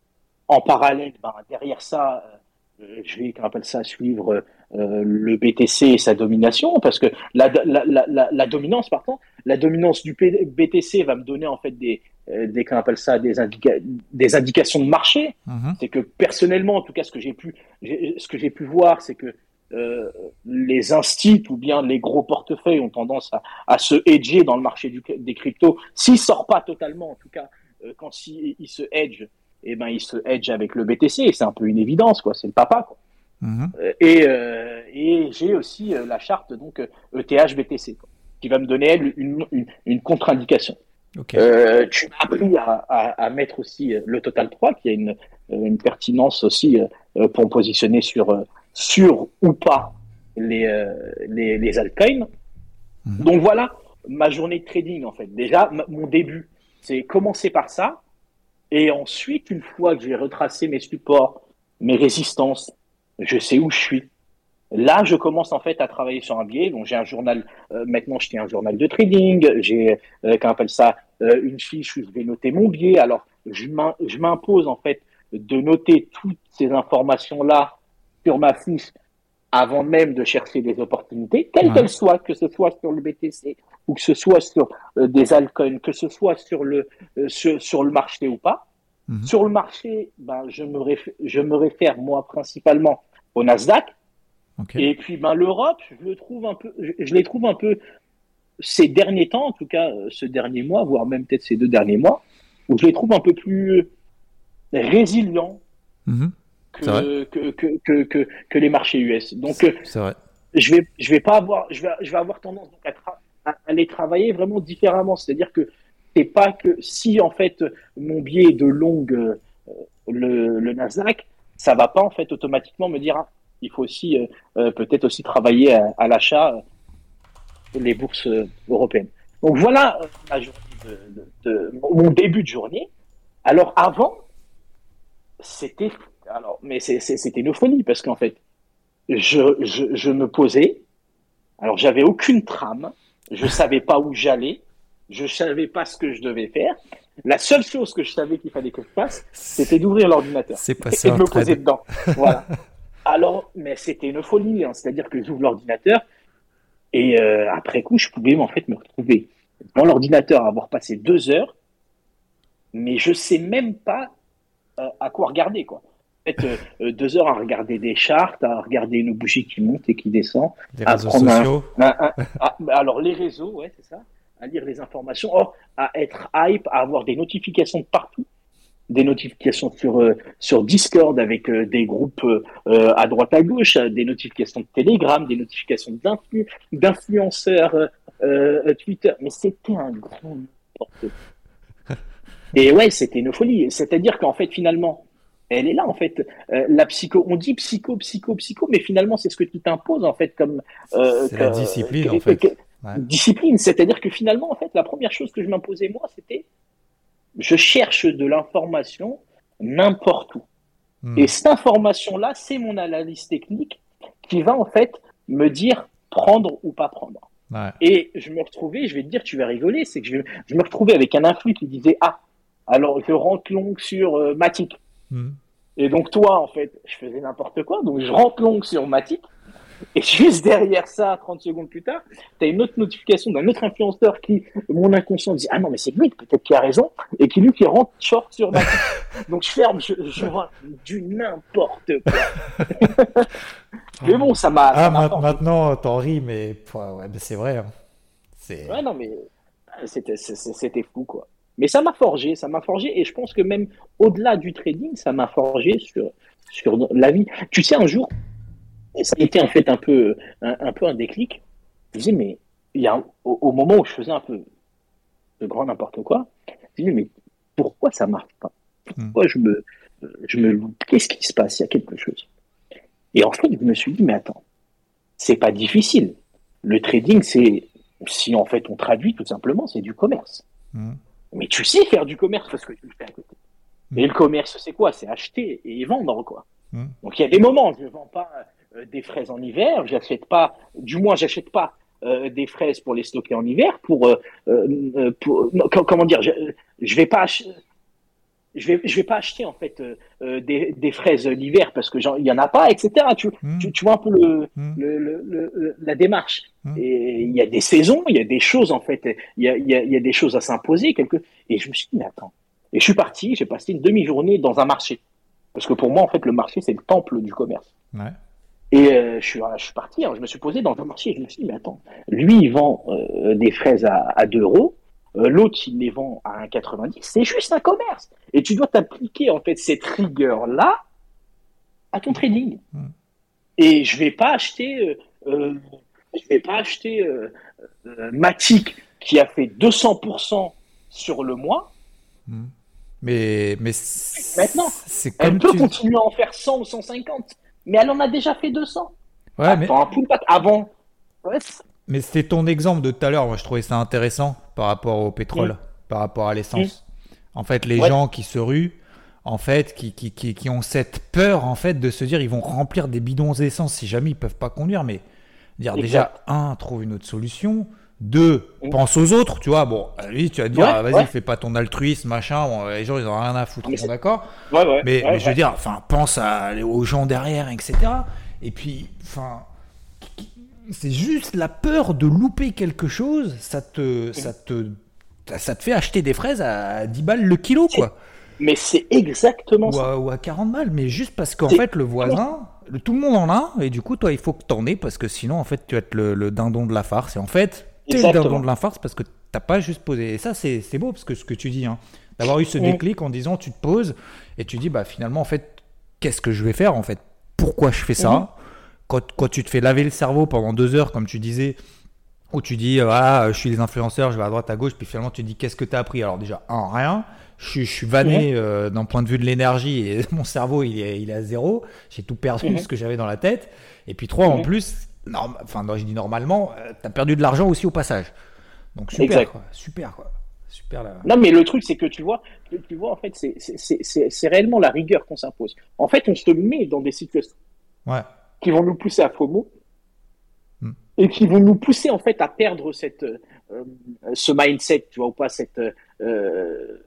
D: en parallèle, ben, derrière ça, euh, je vais, qu'on appelle ça, suivre euh, le B T C et sa domination, parce que la, la, la, la, la dominance, pardon, la dominance du P- B T C va me donner en fait des, euh, des qu'on appelle ça, des, indica- des indications de marché.
C: Mhm.
D: C'est que personnellement, en tout cas, ce que j'ai pu, j'ai, ce que j'ai pu voir, c'est que euh, les instits ou bien les gros portefeuilles ont tendance à, à se hedger dans le marché du, des cryptos. S'ils sortent pas totalement, en tout cas, euh, quand si, ils se hedgent, eh ben ils se hedgent avec le B T C. Et c'est un peu une évidence, quoi. C'est le papa, quoi.
C: Mhm.
D: Euh, et, euh, et j'ai aussi euh, la charte donc E T H B T C, quoi, qui va me donner elle une, une, une contre-indication.
C: Ok.
D: Euh, tu m'as appris à, à, à mettre aussi le Total trois, qui a une, une pertinence aussi euh, pour me positionner sur, euh, sur ou pas les, euh, les, les altcoins.
C: Mhm.
D: Donc voilà ma journée de trading en fait. Déjà, m- mon début, c'est commencer par ça. Et ensuite, une fois que j'ai retracé mes supports, mes résistances, je sais où je suis. Là, je commence en fait à travailler sur un biais. Donc, j'ai un journal. Euh, maintenant, je tiens un journal de trading. J'ai, euh, qu'on appelle ça, euh, une fiche où je vais noter mon biais. Alors, je, m'im- je m'impose en fait de noter toutes ces informations-là sur ma fiche avant même de chercher des opportunités, quelles
C: Ouais.
D: qu'elles soient, que ce soit sur le B T C ou que ce soit sur euh, des altcoins, que ce soit sur le euh, sur, sur le marché ou pas.
C: Mhm.
D: Sur le marché, ben, je me réfère, je me réfère moi principalement au Nasdaq.
C: Ok.
D: Et puis ben l'Europe, je le trouve un peu, je, je les trouve un peu ces derniers temps, en tout cas euh, ce dernier mois, voire même peut-être ces deux derniers mois, où je les trouve un peu plus résilients
C: Mhm. C'est vrai.
D: que que, que, que, que, que les marchés U S. Donc euh,
C: C'est vrai.
D: je vais je vais pas avoir je vais je vais avoir tendance donc à, tra- à, à les travailler vraiment différemment. C'est-à-dire que c'est pas que si en fait mon biais est de longue euh, le, le Nasdaq, ça va pas en fait automatiquement me dire ah, il faut aussi euh, euh, peut-être aussi travailler à, à l'achat euh, les bourses euh, européennes. Donc voilà euh, ma journée de, de, de- mon début de journée. Alors avant, c'était alors mais c'est, c'est- c'était une folie parce qu'en fait je, je, je me posais. Alors, j'avais aucune trame. Je savais pas où j'allais. Je savais pas ce que je devais faire. La seule chose que je savais qu'il fallait que je fasse, c'était d'ouvrir l'ordinateur
C: C'est
D: et
C: passé
D: de
C: un
D: me poser
C: trade.
D: dedans. Voilà. Alors, mais c'était une folie, hein. C'est-à-dire que j'ouvre l'ordinateur et euh, après coup, je pouvais en fait me retrouver dans l'ordinateur, avoir passé deux heures, mais je sais même pas euh, à quoi regarder, quoi. En fait, euh, euh, deux heures à regarder des charts, à regarder une bougie qui monte et qui descend,
C: Les
D: à
C: réseaux
D: prendre un,
C: sociaux.
D: un- un- à- alors les réseaux, ouais, c'est ça, à lire les informations, oh, à être hype, à avoir des notifications de partout, des notifications sur euh, sur Discord avec euh, des groupes euh, à droite à gauche, euh, des notifications de Telegram, des notifications d'influ- d'influenceurs euh, euh, Twitter, mais c'était un grand n'importe quoi. Et ouais, c'était une folie. C'est-à-dire qu'en fait, finalement, elle est là, en fait. Euh, la psycho, on dit psycho, psycho, psycho, mais finalement, c'est ce que tu t'imposes, en fait, comme euh,
C: C'est
D: que-
C: la discipline,
D: que-
C: en fait.
D: que-
C: Ouais.
D: discipline. C'est-à-dire que finalement, en fait, la première chose que je m'imposais, moi, c'était je cherche de l'information n'importe où.
C: Hmm.
D: Et cette information-là, c'est mon analyse technique qui va, en fait, me dire prendre ou pas prendre.
C: Ouais.
D: Et je me retrouvais, je vais te dire, tu vas rigoler, c'est que je, je me retrouvais avec un influx qui disait ah, alors je rentre long sur euh, Matic.
C: Hmm.
D: Et donc toi, en fait, je faisais n'importe quoi, donc je rentre long sur Matic. Et juste derrière ça, trente secondes plus tard, tu as une autre notification d'un autre influenceur qui, mon inconscient, dit ah non mais c'est lui peut-être qui a raison, et qui lui qui rentre short sur Matic. Donc je ferme, je, je vois du n'importe quoi. Mais bon, ça m'a.
C: Ah,
D: ça m'a
C: ma-
D: forgé.
C: maintenant, t'en ris, mais ouais, ouais, mais c'est vrai. Hein. C'est...
D: Ouais, non, mais c'était, c'est- c'est- c'était fou, quoi. Mais ça m'a forgé, ça m'a forgé, et je pense que même au-delà du trading, ça m'a forgé sur, sur la vie. Tu sais, un jour, ça a été en fait un peu un, un peu un déclic. Je me disais, mais il y a un- au, au moment où je faisais un peu de grand n'importe quoi, je me disais, mais pourquoi ça marche pas? Pourquoi je me, je me loupe? Qu'est-ce qui se passe? Il y a quelque chose. Et en fait, je me suis dit, mais attends, c'est pas difficile. Le trading, c'est, si en fait on traduit tout simplement, c'est du commerce.
C: Hmm.
D: Mais tu sais faire du commerce parce que tu le fais à côté.
C: Mm.
D: Et le commerce, c'est quoi? C'est acheter et vendre, quoi.
C: Mm.
D: Donc il y a des moments, je ne vends pas euh, des fraises en hiver, j'achète pas, du moins j'achète pas euh, des fraises pour les stocker en hiver, pour, euh, euh, pour non, com- comment dire, je, je vais pas, ach- je vais, je vais pas acheter en fait euh, euh, des, des fraises l'hiver parce que il y en a pas, et cetera. Tu, mmh. tu, tu vois un peu le, mmh. le, le, le, la démarche. Mmh. Et il y a des saisons, il y a des choses en fait, il y a, il y a, il y a des choses à s'imposer. Quelque... Et je me suis dit, mais attends. Et je suis parti, j'ai passé une demi-journée dans un marché. Parce que pour moi, en fait, le marché, c'est le temple du commerce.
C: Ouais.
D: Et euh, je, suis, je suis parti, hein, je me suis posé dans un marché et je me suis dit, mais attends, lui, il vend euh, des fraises à, à deux euros. Euh, l'autre, il les vend à un virgule quatre-vingt-dix, c'est juste un commerce. Et tu dois t'appliquer, en fait, cette rigueur-là à ton trading. Mm. Et je vais pas acheter, euh, euh, je vais pas acheter euh, euh, Matic qui a fait deux cents pour cent sur le mois.
C: Mm. Mais, mais
D: maintenant,
C: c'est
D: elle
C: comme
D: peut
C: tu...
D: continuer à en faire cent ou cent cinquante, mais elle en a déjà fait deux cents.
C: Ouais,
D: Attends,
C: mais...
D: un pullback avant. Ouais,
C: mais c'était ton exemple de tout à l'heure. Moi, je trouvais ça intéressant par rapport au pétrole, mmh. par rapport à l'essence. Mmh. En fait, les ouais. gens qui se ruent, en fait, qui, qui, qui, qui ont cette peur, en fait, de se dire, ils vont remplir des bidons d'essence si jamais ils peuvent pas conduire. Mais dire exact. Déjà, un, trouve une autre solution. Deux, mmh. pense aux autres. Tu vois, bon, oui, tu vas te dire, ouais, ah, vas-y, ouais. fais pas ton altruisme, machin. Bon, les gens, ils ont rien à foutre. Mais bon, d'accord.
D: Ouais, ouais,
C: mais,
D: ouais,
C: mais je veux dire, enfin, pense à, aux gens derrière, et cetera. Et puis, enfin. C'est juste la peur de louper quelque chose, ça te, ça te, ça te fait acheter des fraises à dix balles le kilo, quoi.
D: Mais c'est exactement
C: ou
D: ça.
C: À, ou à quarante balles, mais juste parce qu'en c'est... fait, le voisin, le, tout le monde en a, et du coup, toi, il faut que t'en aies, parce que sinon, en fait, tu vas être le, le dindon de la farce. Et en fait, t'es exactement. le dindon de la farce parce que t'as pas juste posé. Et ça, c'est, c'est beau, parce que ce que tu dis, hein, d'avoir eu ce déclic en disant, tu te poses, et tu dis, bah finalement, en fait, qu'est-ce que je vais faire, en fait? Pourquoi je fais ça? Mm-hmm. Quand, quand tu te fais laver le cerveau pendant deux heures, comme tu disais, où tu dis ah, je suis les influenceurs, je vais à droite, à gauche, puis finalement tu te dis qu'est-ce que tu as appris? Alors déjà, un, rien, je suis, je suis vanné mmh. euh, d'un point de vue de l'énergie et mon cerveau il est, il est à zéro, j'ai tout perdu mmh. ce que j'avais dans la tête. Et puis trois, mmh. en plus, norm... enfin, non, je dis normalement, euh, tu as perdu de l'argent aussi au passage. Donc super, exact. quoi, super quoi. Super là.
D: Non, mais le truc, c'est que tu vois, tu vois en fait, c'est, c'est, c'est, c'est, c'est réellement la rigueur qu'on s'impose. En fait, on se met dans des situations.
C: Ouais.
D: qui vont nous pousser à FOMO mm. et qui vont nous pousser en fait à perdre cette, euh, ce mindset, tu vois, ou pas cette, euh,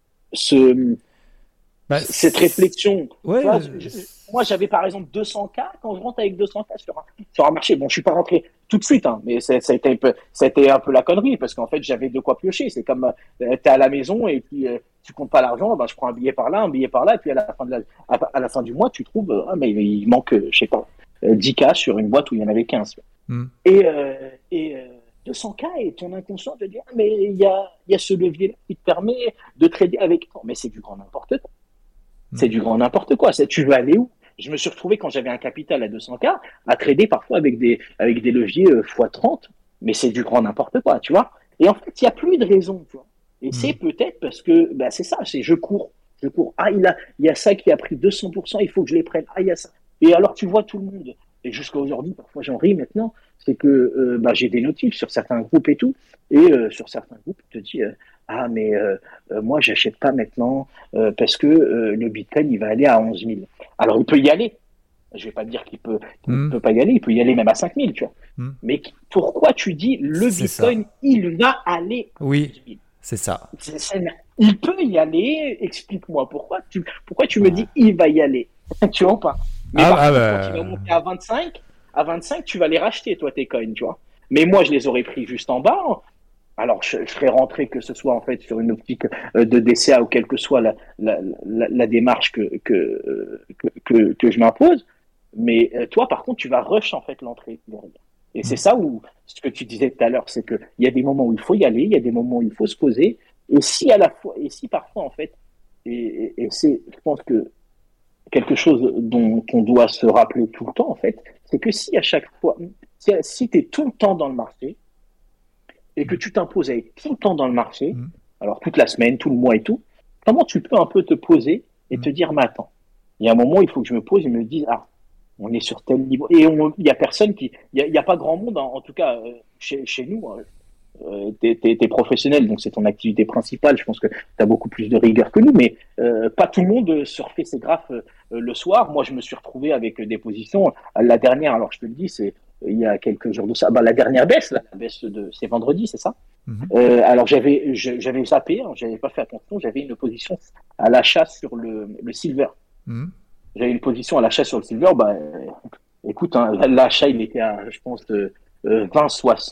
D: ce, bah, cette réflexion.
C: Ouais,
D: tu vois, je, moi, j'avais par exemple deux cents K quand je rentre avec deux cents K sur un, sur un marché. Bon, je suis pas rentré tout de suite, hein, mais ça, ça, a été un peu, ça a été un peu la connerie parce qu'en fait, j'avais de quoi piocher. C'est comme euh, t'es à la maison et puis euh, tu comptes pas l'argent, ben, je prends un billet par là, un billet par là, et puis à la fin de la, à, à la fin du mois, tu trouves, euh, ah, mais il manque, je sais pas, dix K sur une boîte où il y en avait quinze. Mm. Et, euh, et euh, deux cents K et ton inconscient te dit, ah, mais il y a, y a ce levier-là qui te permet de trader avec toi. Mais c'est du grand n'importe quoi. Mm. C'est du grand n'importe quoi. C'est, tu veux aller où? Je me suis retrouvé quand j'avais un capital à deux cents K à trader parfois avec des, avec des leviers euh, fois trente, mais c'est du grand n'importe quoi, tu vois. Et en fait, il n'y a plus de raison, tu vois. Et mmh. c'est peut-être parce que, bah, c'est ça, c'est je cours, je cours. Ah, il a, il y a ça qui a pris deux cents pour cent, il faut que je les prenne. Ah, il y a ça. Et alors, tu vois tout le monde. Et jusqu'à aujourd'hui, parfois j'en ris maintenant, c'est que euh, bah, j'ai des notifs sur certains groupes et tout. Et euh, sur certains groupes, il te dit euh, ah, mais euh, euh, moi, j'achète pas maintenant euh, parce que euh, le Bitcoin, il va aller à onze mille. Alors, il peut y aller. Je vais pas dire qu'il peut, qu'il mmh. peut pas y aller. Il peut y aller même à cinq mille, tu vois. Mmh. Mais pourquoi tu dis le c'est Bitcoin, ça. Il va aller à
C: oui,
D: onze mille?
C: C'est ça.
D: C'est, c'est, il peut y aller. Explique-moi pourquoi tu, pourquoi tu me dis il va y aller. Tu vois pas? Mais ah, par ah, contre, bah... quand il va monter à vingt-cinq, à vingt-cinq, tu vas les racheter, toi, tes coins, tu vois. Mais moi, je les aurais pris juste en bas. Alors, je, je serais rentré que ce soit en fait sur une optique de D C A ou quelle que soit la, la, la, la démarche que, que, que, que, que je m'impose. Mais toi, par contre, tu vas rush en fait l'entrée derrière. Et c'est ça où, ce que tu disais tout à l'heure, c'est que il y a des moments où il faut y aller, il y a des moments où il faut se poser. Et si à la fois, et si parfois en fait, et, et, et c'est, je pense que quelque chose dont on doit se rappeler tout le temps en fait, c'est que si à chaque fois, si, si tu es tout le temps dans le marché et que tu t'imposes à être tout le temps dans le marché, mmh. alors toute la semaine, tout le mois et tout, comment tu peux un peu te poser et mmh. te dire, mais attends, il y a un moment où il faut que je me pose et me dise, ah, on est sur tel niveau. Et il y a personne qui, il y a, a pas grand monde, en, en tout cas euh, chez, chez nous. Euh, t'es, t'es, t'es professionnel, donc c'est ton activité principale. Je pense que tu as beaucoup plus de rigueur que nous, mais euh, pas tout le monde surfait ses graphes euh, le soir. Moi, je me suis retrouvé avec des positions. La dernière, alors je te le dis, c'est il y a quelques jours de ça. Bah, la dernière baisse, la baisse de, c'est vendredi, c'est ça?
C: Mmh.
D: Euh, alors j'avais je- j'avais zappé, hein, j'avais pas fait attention, j'avais une position à l'achat sur le, le silver.
C: Mmh.
D: J'avais une position à l'achat sur le silver. Bah, euh, écoute, hein, l'achat il était à, je pense, euh, euh, vingt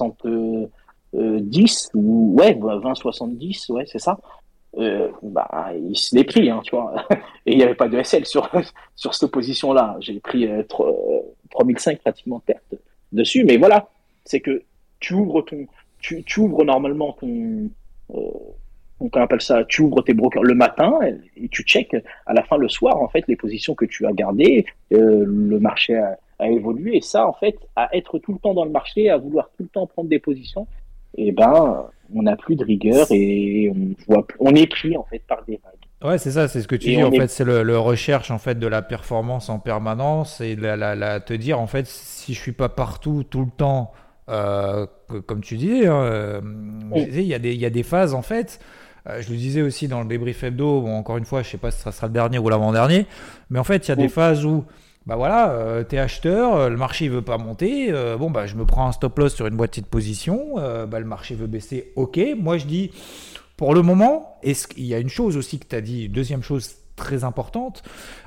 D: soixante-dix ou ouais, vingt soixante-dix, ouais, c'est ça. Euh, bah, il se l'est pris, hein, tu vois. Et il n'y avait pas de S L sur sur cette position-là. J'ai pris euh, trois mille cinq pratiquement de perte dessus, mais voilà, c'est que tu ouvres ton, tu, tu ouvres normalement ton, euh, on appelle ça, tu ouvres tes brokers le matin et tu checkes à la fin le soir en fait les positions que tu as gardées, euh, le marché a, a évolué et ça en fait à être tout le temps dans le marché, à vouloir tout le temps prendre des positions, et ben on n'a plus de rigueur et on voit, on est pris en fait par des vagues.
C: Ouais, c'est ça, c'est ce que tu
D: Et
C: dis.
D: on
C: En
D: est
C: fait, c'est le, le recherche en fait de la performance en permanence et la, la, la- te dire en fait si je suis pas partout tout le temps, euh, que- comme tu disais, hein, euh, je disais, il y a des il y a des phases en fait. Euh, je le disais aussi dans le débrief hebdo. Bon, encore une fois, je sais pas si ça sera le dernier ou l'avant-dernier, mais en fait, il y a des phases où bah voilà, euh, t'es acheteur, euh, le marché il veut pas monter, euh, bon bah je me prends un stop loss sur une moitié de position, euh, bah le marché veut baisser, ok, moi je dis. Pour le moment, est-ce qu'il y a une chose aussi que tu as dit, une deuxième chose très importante,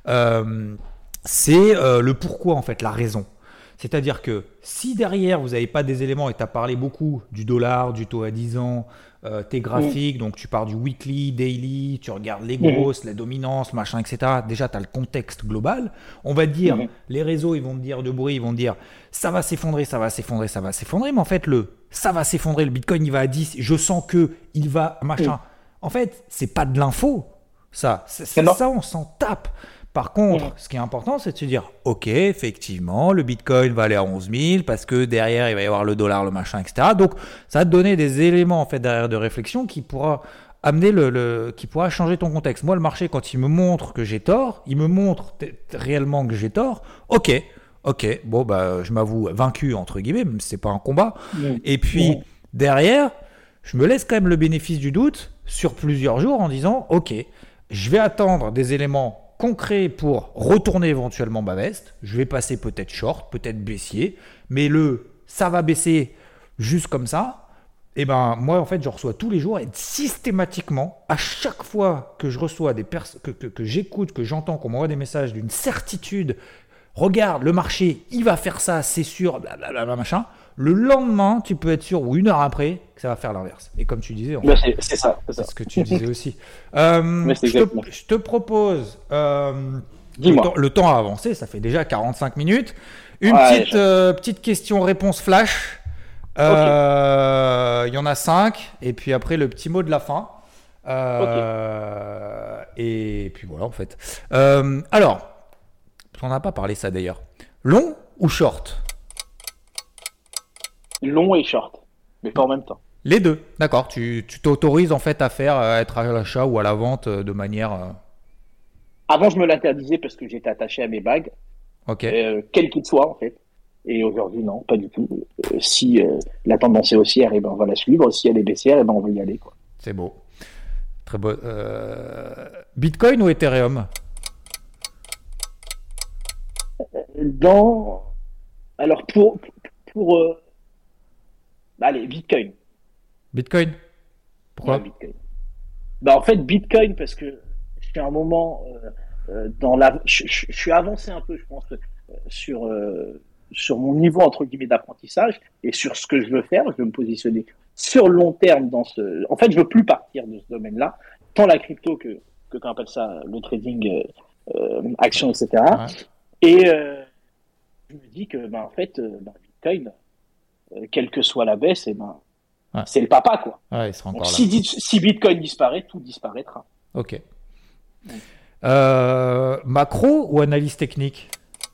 C: euh, c'est euh, le pourquoi en fait, la raison. C'est-à-dire que si derrière vous n'avez pas des éléments, et tu as parlé beaucoup du dollar, du taux à dix ans, euh, tes graphiques, donc tu pars du weekly, daily, tu regardes les grosses, la dominance, machin, et cetera. Déjà, tu as le contexte global. On va dire,
D: Mhm.
C: les réseaux, ils vont te dire de bruit, ils vont te dire ça va s'effondrer, ça va s'effondrer, ça va s'effondrer, mais en fait, le ça va s'effondrer, le Bitcoin il va à dix, je sens que il va machin.
D: Mhm.
C: En fait, c'est pas de l'info, ça. C'est, c'est
D: Non.
C: ça, on s'en tape. Par contre,
D: Mhm.
C: ce qui est important, c'est de se dire, ok, effectivement, le Bitcoin va aller à onze mille parce que derrière, il va y avoir le dollar, le machin, et cetera. Donc, ça va te donner des éléments en fait derrière de réflexion qui pourra amener le, le- qui pourra changer ton contexte. Moi, le marché, quand il me montre que j'ai tort, il me montre t- réellement que j'ai tort. Ok, ok, bon bah, je m'avoue vaincu entre guillemets, même si c'est pas un combat.
D: Mhm.
C: Et puis
D: Mhm.
C: derrière, je me laisse quand même le bénéfice du doute sur plusieurs jours en disant, ok, je vais attendre des éléments concret pour retourner éventuellement ma veste. Je vais passer peut-être short, peut-être baissier, mais le ça va baisser juste comme ça, et ben moi en fait je reçois tous les jours et systématiquement à chaque fois que je reçois des personnes que, que, que j'écoute, que j'entends, qu'on m'envoie des messages d'une certitude, regarde le marché, il va faire ça, c'est sûr, blablabla machin. Le lendemain, tu peux être sûr, ou une heure après, que ça va faire l'inverse. Et comme tu disais, en fait,
D: Bah, c'est, c'est ça, c'est
C: c'est
D: ça.
C: ce que tu disais aussi. Euh,
D: Ouais, c'est
C: je,
D: exactement.
C: te, je te propose, euh, le,
D: Dis-moi.
C: temps, le temps a avancé, ça fait déjà quarante-cinq minutes. Une
D: Ouais,
C: petite,
D: je-
C: euh, petite question-réponse flash. Euh, Il y en a cinq. Et puis après, le petit mot de la fin. Euh, Et puis voilà, en fait. Euh, alors, on n'a pas parlé ça d'ailleurs. Long ou short?
D: Long et short, mais pas en même temps.
C: Les deux, d'accord. Tu tu t'autorises en fait à faire, à être à l'achat ou à la vente euh, de manière. euh,
D: Avant, je me l'interdisais parce que j'étais attaché à mes bagues,
C: Ok.
D: euh, quel qu'il soit en fait. Et aujourd'hui, non, pas du tout. Euh, si euh, la tendance est haussière, et ben on va la suivre. Si elle est baissière, et ben on va y aller, quoi.
C: C'est beau. Très beau. Euh, Bitcoin ou Ethereum?
D: Dans, alors pour pour euh, allez, Bitcoin.
C: Bitcoin? Pourquoi?
D: Ouais, Bitcoin. Bah en fait Bitcoin parce que je suis à un moment euh, euh, dans la, je, je- je suis avancé un peu, je pense, euh, sur euh, sur mon niveau entre guillemets d'apprentissage et sur ce que je veux faire. Je veux me positionner sur le long terme dans ce. En fait, je veux plus partir de ce domaine-là, tant la crypto que que qu'on appelle ça le trading, euh, euh, action, et cetera.
C: Ouais.
D: Et euh, je me dis que ben en fait euh, ben, Bitcoin, euh, quelle que soit la baisse, et ben
C: Ouais.
D: c'est le papa quoi.
C: Ouais, il sera
D: Donc
C: encore là.
D: si, di- si Bitcoin disparaît, tout disparaîtra.
C: Ok. Euh, macro ou analyse technique?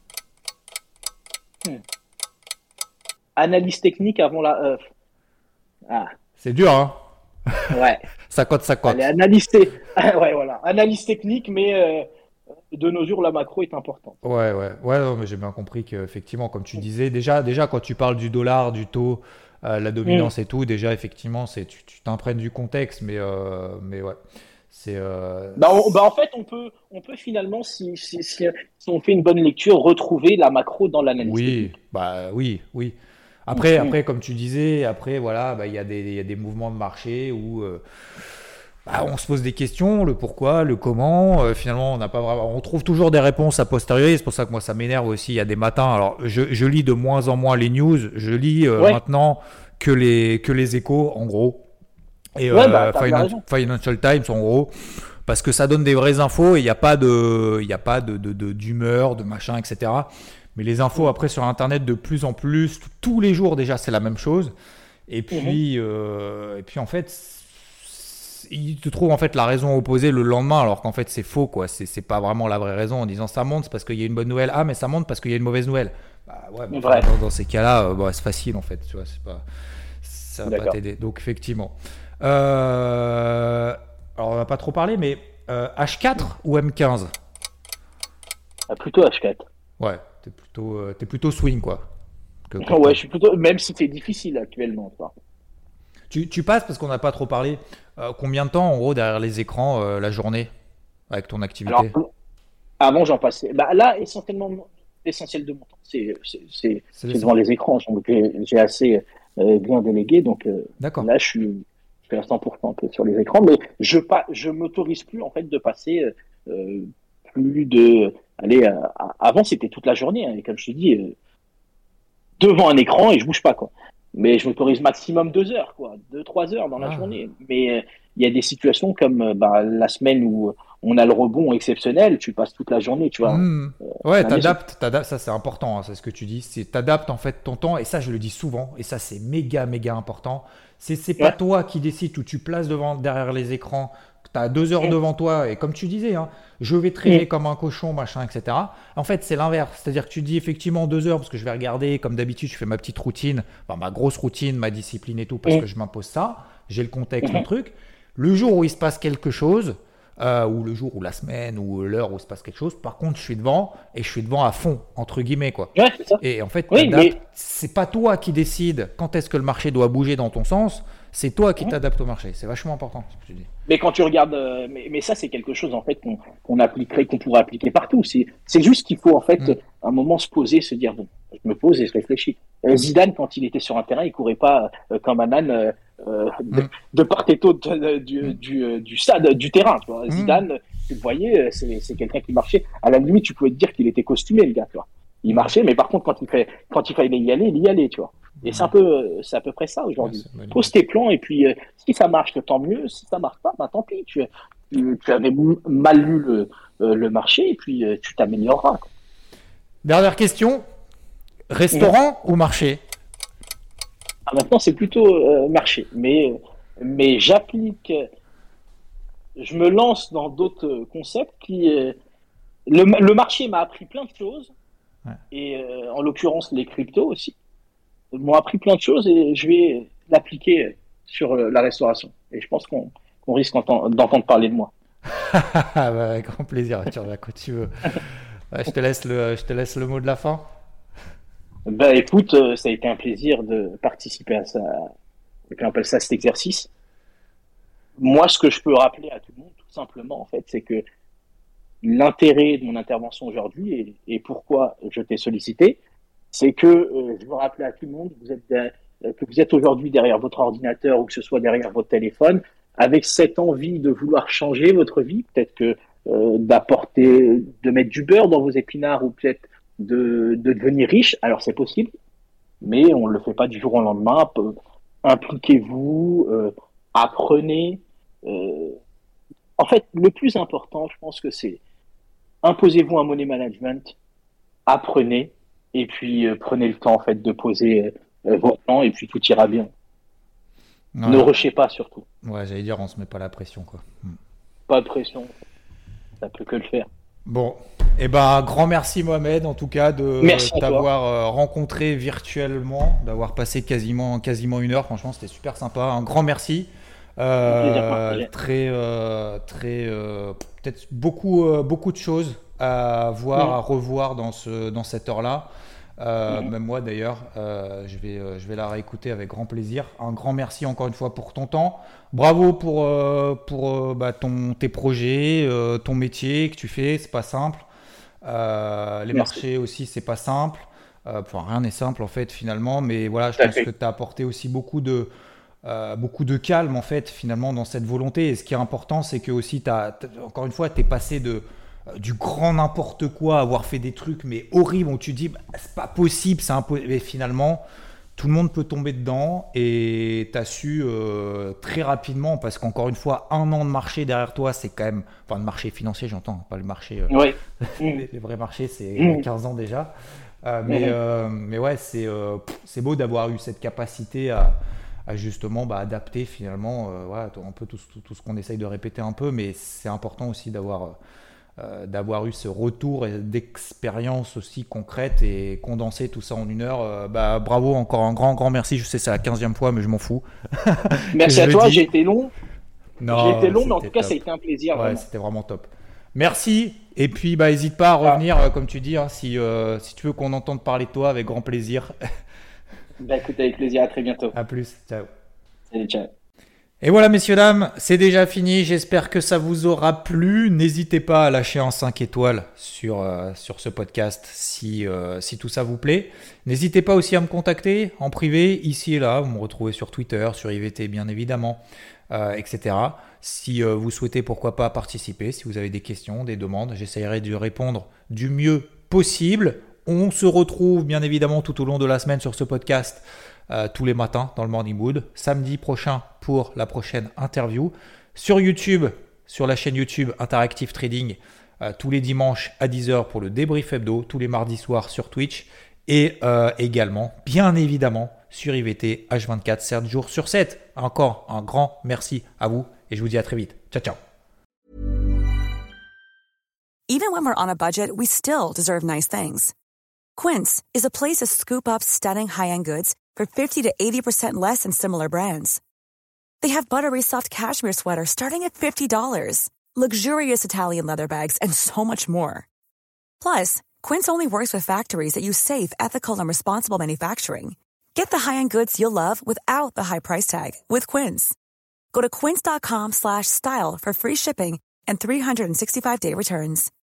D: Analyse technique avant la. euh, Ah,
C: C'est dur, hein?
D: ouais.
C: Ça cote, ça cote.
D: Allez, analyse, te- Ah, ouais, voilà. Analyse technique, mais euh, de nos jours, la macro est importante.
C: Ouais, ouais, ouais, non, mais j'ai bien compris qu'effectivement, comme tu disais, déjà, déjà quand tu parles du dollar, du taux, euh, la dominance et tout, déjà, effectivement, c'est, tu, tu t'imprègnes du contexte, mais, euh, mais ouais, c'est. euh,
D: Bah, on- bah, en fait, on peut, on peut finalement, si, si, si, si on fait une bonne lecture, retrouver la macro dans l'analyse
C: Oui,
D: technique.
C: bah oui, oui. Après,
D: Mhm.
C: après, comme tu disais, après, voilà, bah, il y a des, il y a des mouvements de marché où euh, bah, on se pose des questions, le pourquoi, le comment. Euh, finalement, on n'a pas vraiment, on trouve toujours des réponses a posteriori. C'est pour ça que moi, ça m'énerve aussi. Il y a des matins. Alors, je, je lis de moins en moins les news. Je lis euh,
D: Ouais,
C: maintenant que les que les échos, en gros, et
D: ouais, bah,
C: euh,
D: t'as bien
C: Finan-
D: raison.
C: Financial Times, en gros, parce que ça donne des vraies infos et il n'y a pas de, il y a pas de, de, de- d'humeur, de machin, et cetera. Mais les infos après sur Internet de plus en plus, t- tous les jours déjà, c'est la même chose. Et
D: Mhm.
C: puis, euh, et puis en fait, c- ils te trouvent en fait la raison opposée le lendemain, alors qu'en fait c'est faux, quoi. C'est, c'est pas vraiment la vraie raison en disant ça monte, c'est parce qu'il y a une bonne nouvelle. Ah, mais ça monte parce qu'il y a une mauvaise nouvelle. Bah ouais, mais enfin,
D: Vrai,
C: dans, dans ces cas-là, euh, bah, c'est facile en fait, tu vois, c'est pas, ça va pas
D: d'accord.
C: t'aider. Donc effectivement. Euh, alors on va pas trop parler, mais euh, H quatre ou M quinze?
D: Ah, plutôt H quatre.
C: Ouais, t'es plutôt, euh, t'es plutôt swing, quoi. Que, que
D: Ouais,
C: thème.
D: je suis plutôt, même si c'est difficile actuellement, quoi.
C: Tu, tu passes, parce qu'on n'a pas trop parlé, euh, combien de temps en gros derrière les écrans euh, la journée avec ton
D: Alors,
C: activité?
D: avant, j'en passais. Bah, là, essentiellement, l'essentiel de mon temps, c'est c'est- c'est-
C: C'est
D: c'est
C: les
D: devant
C: écrans.
D: les écrans. Donc, j'ai j'ai assez euh, bien délégué. Donc, euh,
C: D'accord.
D: là, je suis, je suis à cent pour cent un peu sur les écrans. Mais je pas, je m'autorise plus, en fait, de passer euh, euh, plus de. Allez, euh, avant, c'était toute la journée. Hein, et comme je te dis, euh, devant un écran et je bouge pas, quoi. Mais je m'autorise maximum deux heures, quoi, deux, trois heures dans la
C: Ah.
D: journée. Mais euh, il y a des situations comme euh, bah, la semaine où on a le rebond exceptionnel, tu passes toute la journée, tu vois,
C: Hmm.
D: euh,
C: Ouais,
D: à la maison.
C: t'adaptes, t'adaptes, ça c'est important, hein, c'est ce que tu dis, c'est t'adaptes en fait ton temps, et ça je le dis souvent, et ça c'est méga méga important. C'est c'est pas
D: Ouais.
C: toi qui décides où tu places devant, derrière les écrans, tu as deux heures devant toi, et comme tu disais, hein, je vais traîner
D: Mm.
C: comme un cochon, machin, et cetera. En fait, c'est l'inverse, c'est-à-dire que tu dis effectivement deux heures, parce que je vais regarder, comme d'habitude, je fais ma petite routine, enfin ma grosse routine, ma discipline et tout, parce que
D: Mm.
C: je m'impose ça, j'ai le contexte, le
D: Mhm.
C: truc. Le jour où il se passe quelque chose, euh, ou le jour ou la semaine ou l'heure où il se passe quelque chose. Par contre, je suis devant et je suis devant à fond, entre guillemets, quoi.
D: Ouais, c'est ça.
C: Et en fait,
D: Oui,
C: t'adaptes.
D: mais
C: C'est pas toi qui décides quand est-ce que le marché doit bouger dans ton sens. C'est toi qui
D: Mhm.
C: t'adaptes au marché. C'est vachement important, ce que tu dis.
D: Mais quand tu regardes, euh, mais, mais ça c'est quelque chose en fait qu'on qu'on appliquerait, qu'on pourrait appliquer partout. C'est c'est juste qu'il faut en fait
C: Mm.
D: un moment se poser, se dire bon, je me pose et je réfléchis. Euh, Zidane quand il était sur un terrain, il courait pas euh, comme un âne euh, euh, de,
C: Mm.
D: de part et d'autre de- du
C: Mm.
D: du euh, du stade, du terrain. Tu vois.
C: Mm.
D: Zidane, tu le voyais, euh, c'est c'est quelqu'un qui marchait. À la limite, tu pouvais te dire qu'il était costumé le gars. Tu vois. Il
C: Mm.
D: marchait, mais par contre quand il fait quand il fallait y aller, il y allait. Tu vois. Et c'est un
C: Ouais.
D: peu euh, c'est à peu près ça
C: Ouais,
D: aujourd'hui.
C: c'est une bonne
D: Pose
C: image.
D: tes plans et puis euh, si ça marche, tant mieux. Si ça marche pas, ben tant pis. Tu, tu, tu avais m- mal lu le, euh, le marché et puis euh, tu t'amélioreras. Quoi.
C: Dernière question.
D: Mhm.
C: Restaurant ou marché?
D: Ah, maintenant, c'est plutôt euh, marché. Mais, mais j'applique, euh, je me lance dans d'autres euh, concepts qui. euh, le, le marché m'a appris plein de choses
C: Ouais.
D: et euh, en l'occurrence les cryptos aussi m'ont appris plein de choses et je vais l'appliquer sur euh, la restauration. Et je pense qu'on qu'on risque d'entendre d'entendre parler de moi.
C: Bah, avec grand plaisir. Tu reviens quand tu veux. Ouais, je te laisse le, je te laisse le mot de la fin.
D: Ben écoute, euh, ça a été un plaisir de participer à ça, on appelle ça cet exercice. Moi, ce que je peux rappeler à tout le monde, tout simplement, en fait, c'est que l'intérêt de mon intervention aujourd'hui et, et pourquoi je t'ai sollicité, c'est que euh, je veux rappeler à tout le monde vous êtes de- euh, que vous êtes aujourd'hui derrière votre ordinateur ou que ce soit derrière votre téléphone, avec cette envie de vouloir changer votre vie, peut-être que euh, d'apporter, de mettre du beurre dans vos épinards ou peut-être de, de devenir riche. Alors c'est possible, mais on ne le fait pas du jour au lendemain. Peu- Impliquez-vous, euh, apprenez. euh, En fait, le plus important, je pense que c'est imposez-vous un money management, apprenez, et puis euh, prenez le temps en fait de poser euh, vos plans, et puis tout ira bien. Ne
C: Ouais.
D: rushez pas surtout.
C: Ouais, j'allais dire, on se met pas la pression, quoi. Mm.
D: Pas de pression, ça peut que le faire.
C: Bon, eh ben, grand merci Mohamed en tout cas de
D: Merci à toi.
C: t'avoir euh, rencontré virtuellement, d'avoir passé quasiment, quasiment une heure. Franchement, c'était super sympa. Un grand merci.
D: Un plaisir
C: Euh,
D: partagé.
C: très, euh, très, euh, peut-être beaucoup, euh, beaucoup de choses à voir,
D: Mhm.
C: à revoir dans ce, dans cette heure-là. Euh,
D: Mhm.
C: même moi d'ailleurs, euh, je vais, euh, je vais la réécouter avec grand plaisir. Un grand merci encore une fois pour ton temps. Bravo pour, euh, pour euh, bah, ton, tes projets, euh, ton métier que tu fais, c'est pas simple. Euh, les
D: Merci.
C: marchés aussi, c'est pas simple. Euh, enfin, rien n'est simple en fait finalement, mais voilà, je pense que tu as apporté aussi beaucoup de, euh, beaucoup de calme en fait finalement dans cette volonté. Et ce qui est important, c'est que aussi, t'as, t'as, encore une fois, tu es passé de, euh, du grand n'importe quoi, avoir fait des trucs mais horribles où tu te dis bah, c'est pas possible, c'est impossible. Mais finalement, tout le monde peut tomber dedans et tu as su euh, très rapidement, parce qu'encore une fois, un an de marché derrière toi, c'est quand même. Enfin, le marché financier, j'entends, pas le marché. Euh,
D: oui.
C: les, les vrais marchés, c'est
D: mmh.
C: quinze ans déjà. Euh, mais, mmh. euh, mais ouais, c'est, euh, c'est beau d'avoir eu cette capacité à, à justement bah, adapter finalement euh, ouais, un peu tout, tout, tout ce qu'on essaye de répéter un peu, mais c'est important aussi d'avoir. Euh, d'avoir eu ce retour d'expérience aussi concrète et condenser tout ça en une heure. Euh, bah, bravo, encore un grand, grand merci. Je sais, c'est la quinzième fois, mais je m'en fous.
D: Merci à toi,
C: dis.
D: j'ai été long.
C: Non,
D: j'ai été long, mais en tout cas,
C: top.
D: ça a été un plaisir.
C: Ouais,
D: vraiment.
C: C'était vraiment top. Merci. Et puis, bah, n'hésite pas à revenir, ah. euh, comme tu dis, hein, si, euh, si tu veux qu'on entende parler de toi, avec grand plaisir.
D: Bah, écoute, avec plaisir. À très bientôt.
C: À plus. Ciao.
D: Salut, ciao.
C: Et voilà, messieurs, dames, c'est déjà fini. J'espère que ça vous aura plu. N'hésitez pas à lâcher un cinq étoiles sur, euh, sur ce podcast si, euh, si tout ça vous plaît. N'hésitez pas aussi à me contacter en privé, ici et là. Vous me retrouvez sur Twitter, sur I V T bien évidemment, euh, et cetera. Si euh, vous souhaitez, pourquoi pas, participer, si vous avez des questions, des demandes, j'essaierai de répondre du mieux possible. On se retrouve bien évidemment tout au long de la semaine sur ce podcast. Euh, tous les matins dans le Morning Wood. Samedi prochain pour la prochaine interview. Sur YouTube, sur la chaîne YouTube Interactive Trading, euh, tous les dimanches à dix heures pour le débrief hebdo, tous les mardis soirs sur Twitch et euh, également, bien évidemment, sur I V T H vingt-quatre, sept jours sur sept. Encore un grand merci à vous et je vous dis à très vite. Ciao, ciao.
E: Even when we're on a budget, we still deserve nice things. Quince is a place to scoop up stunning high-end goods for fifty to eighty percent less than similar brands. They have buttery soft cashmere sweaters starting at fifty dollars, luxurious Italian leather bags, and so much more. Plus, Quince only works with factories that use safe, ethical, and responsible manufacturing. Get the high-end goods you'll love without the high price tag with Quince. Go to quince.com slash style for free shipping and three sixty-five day returns.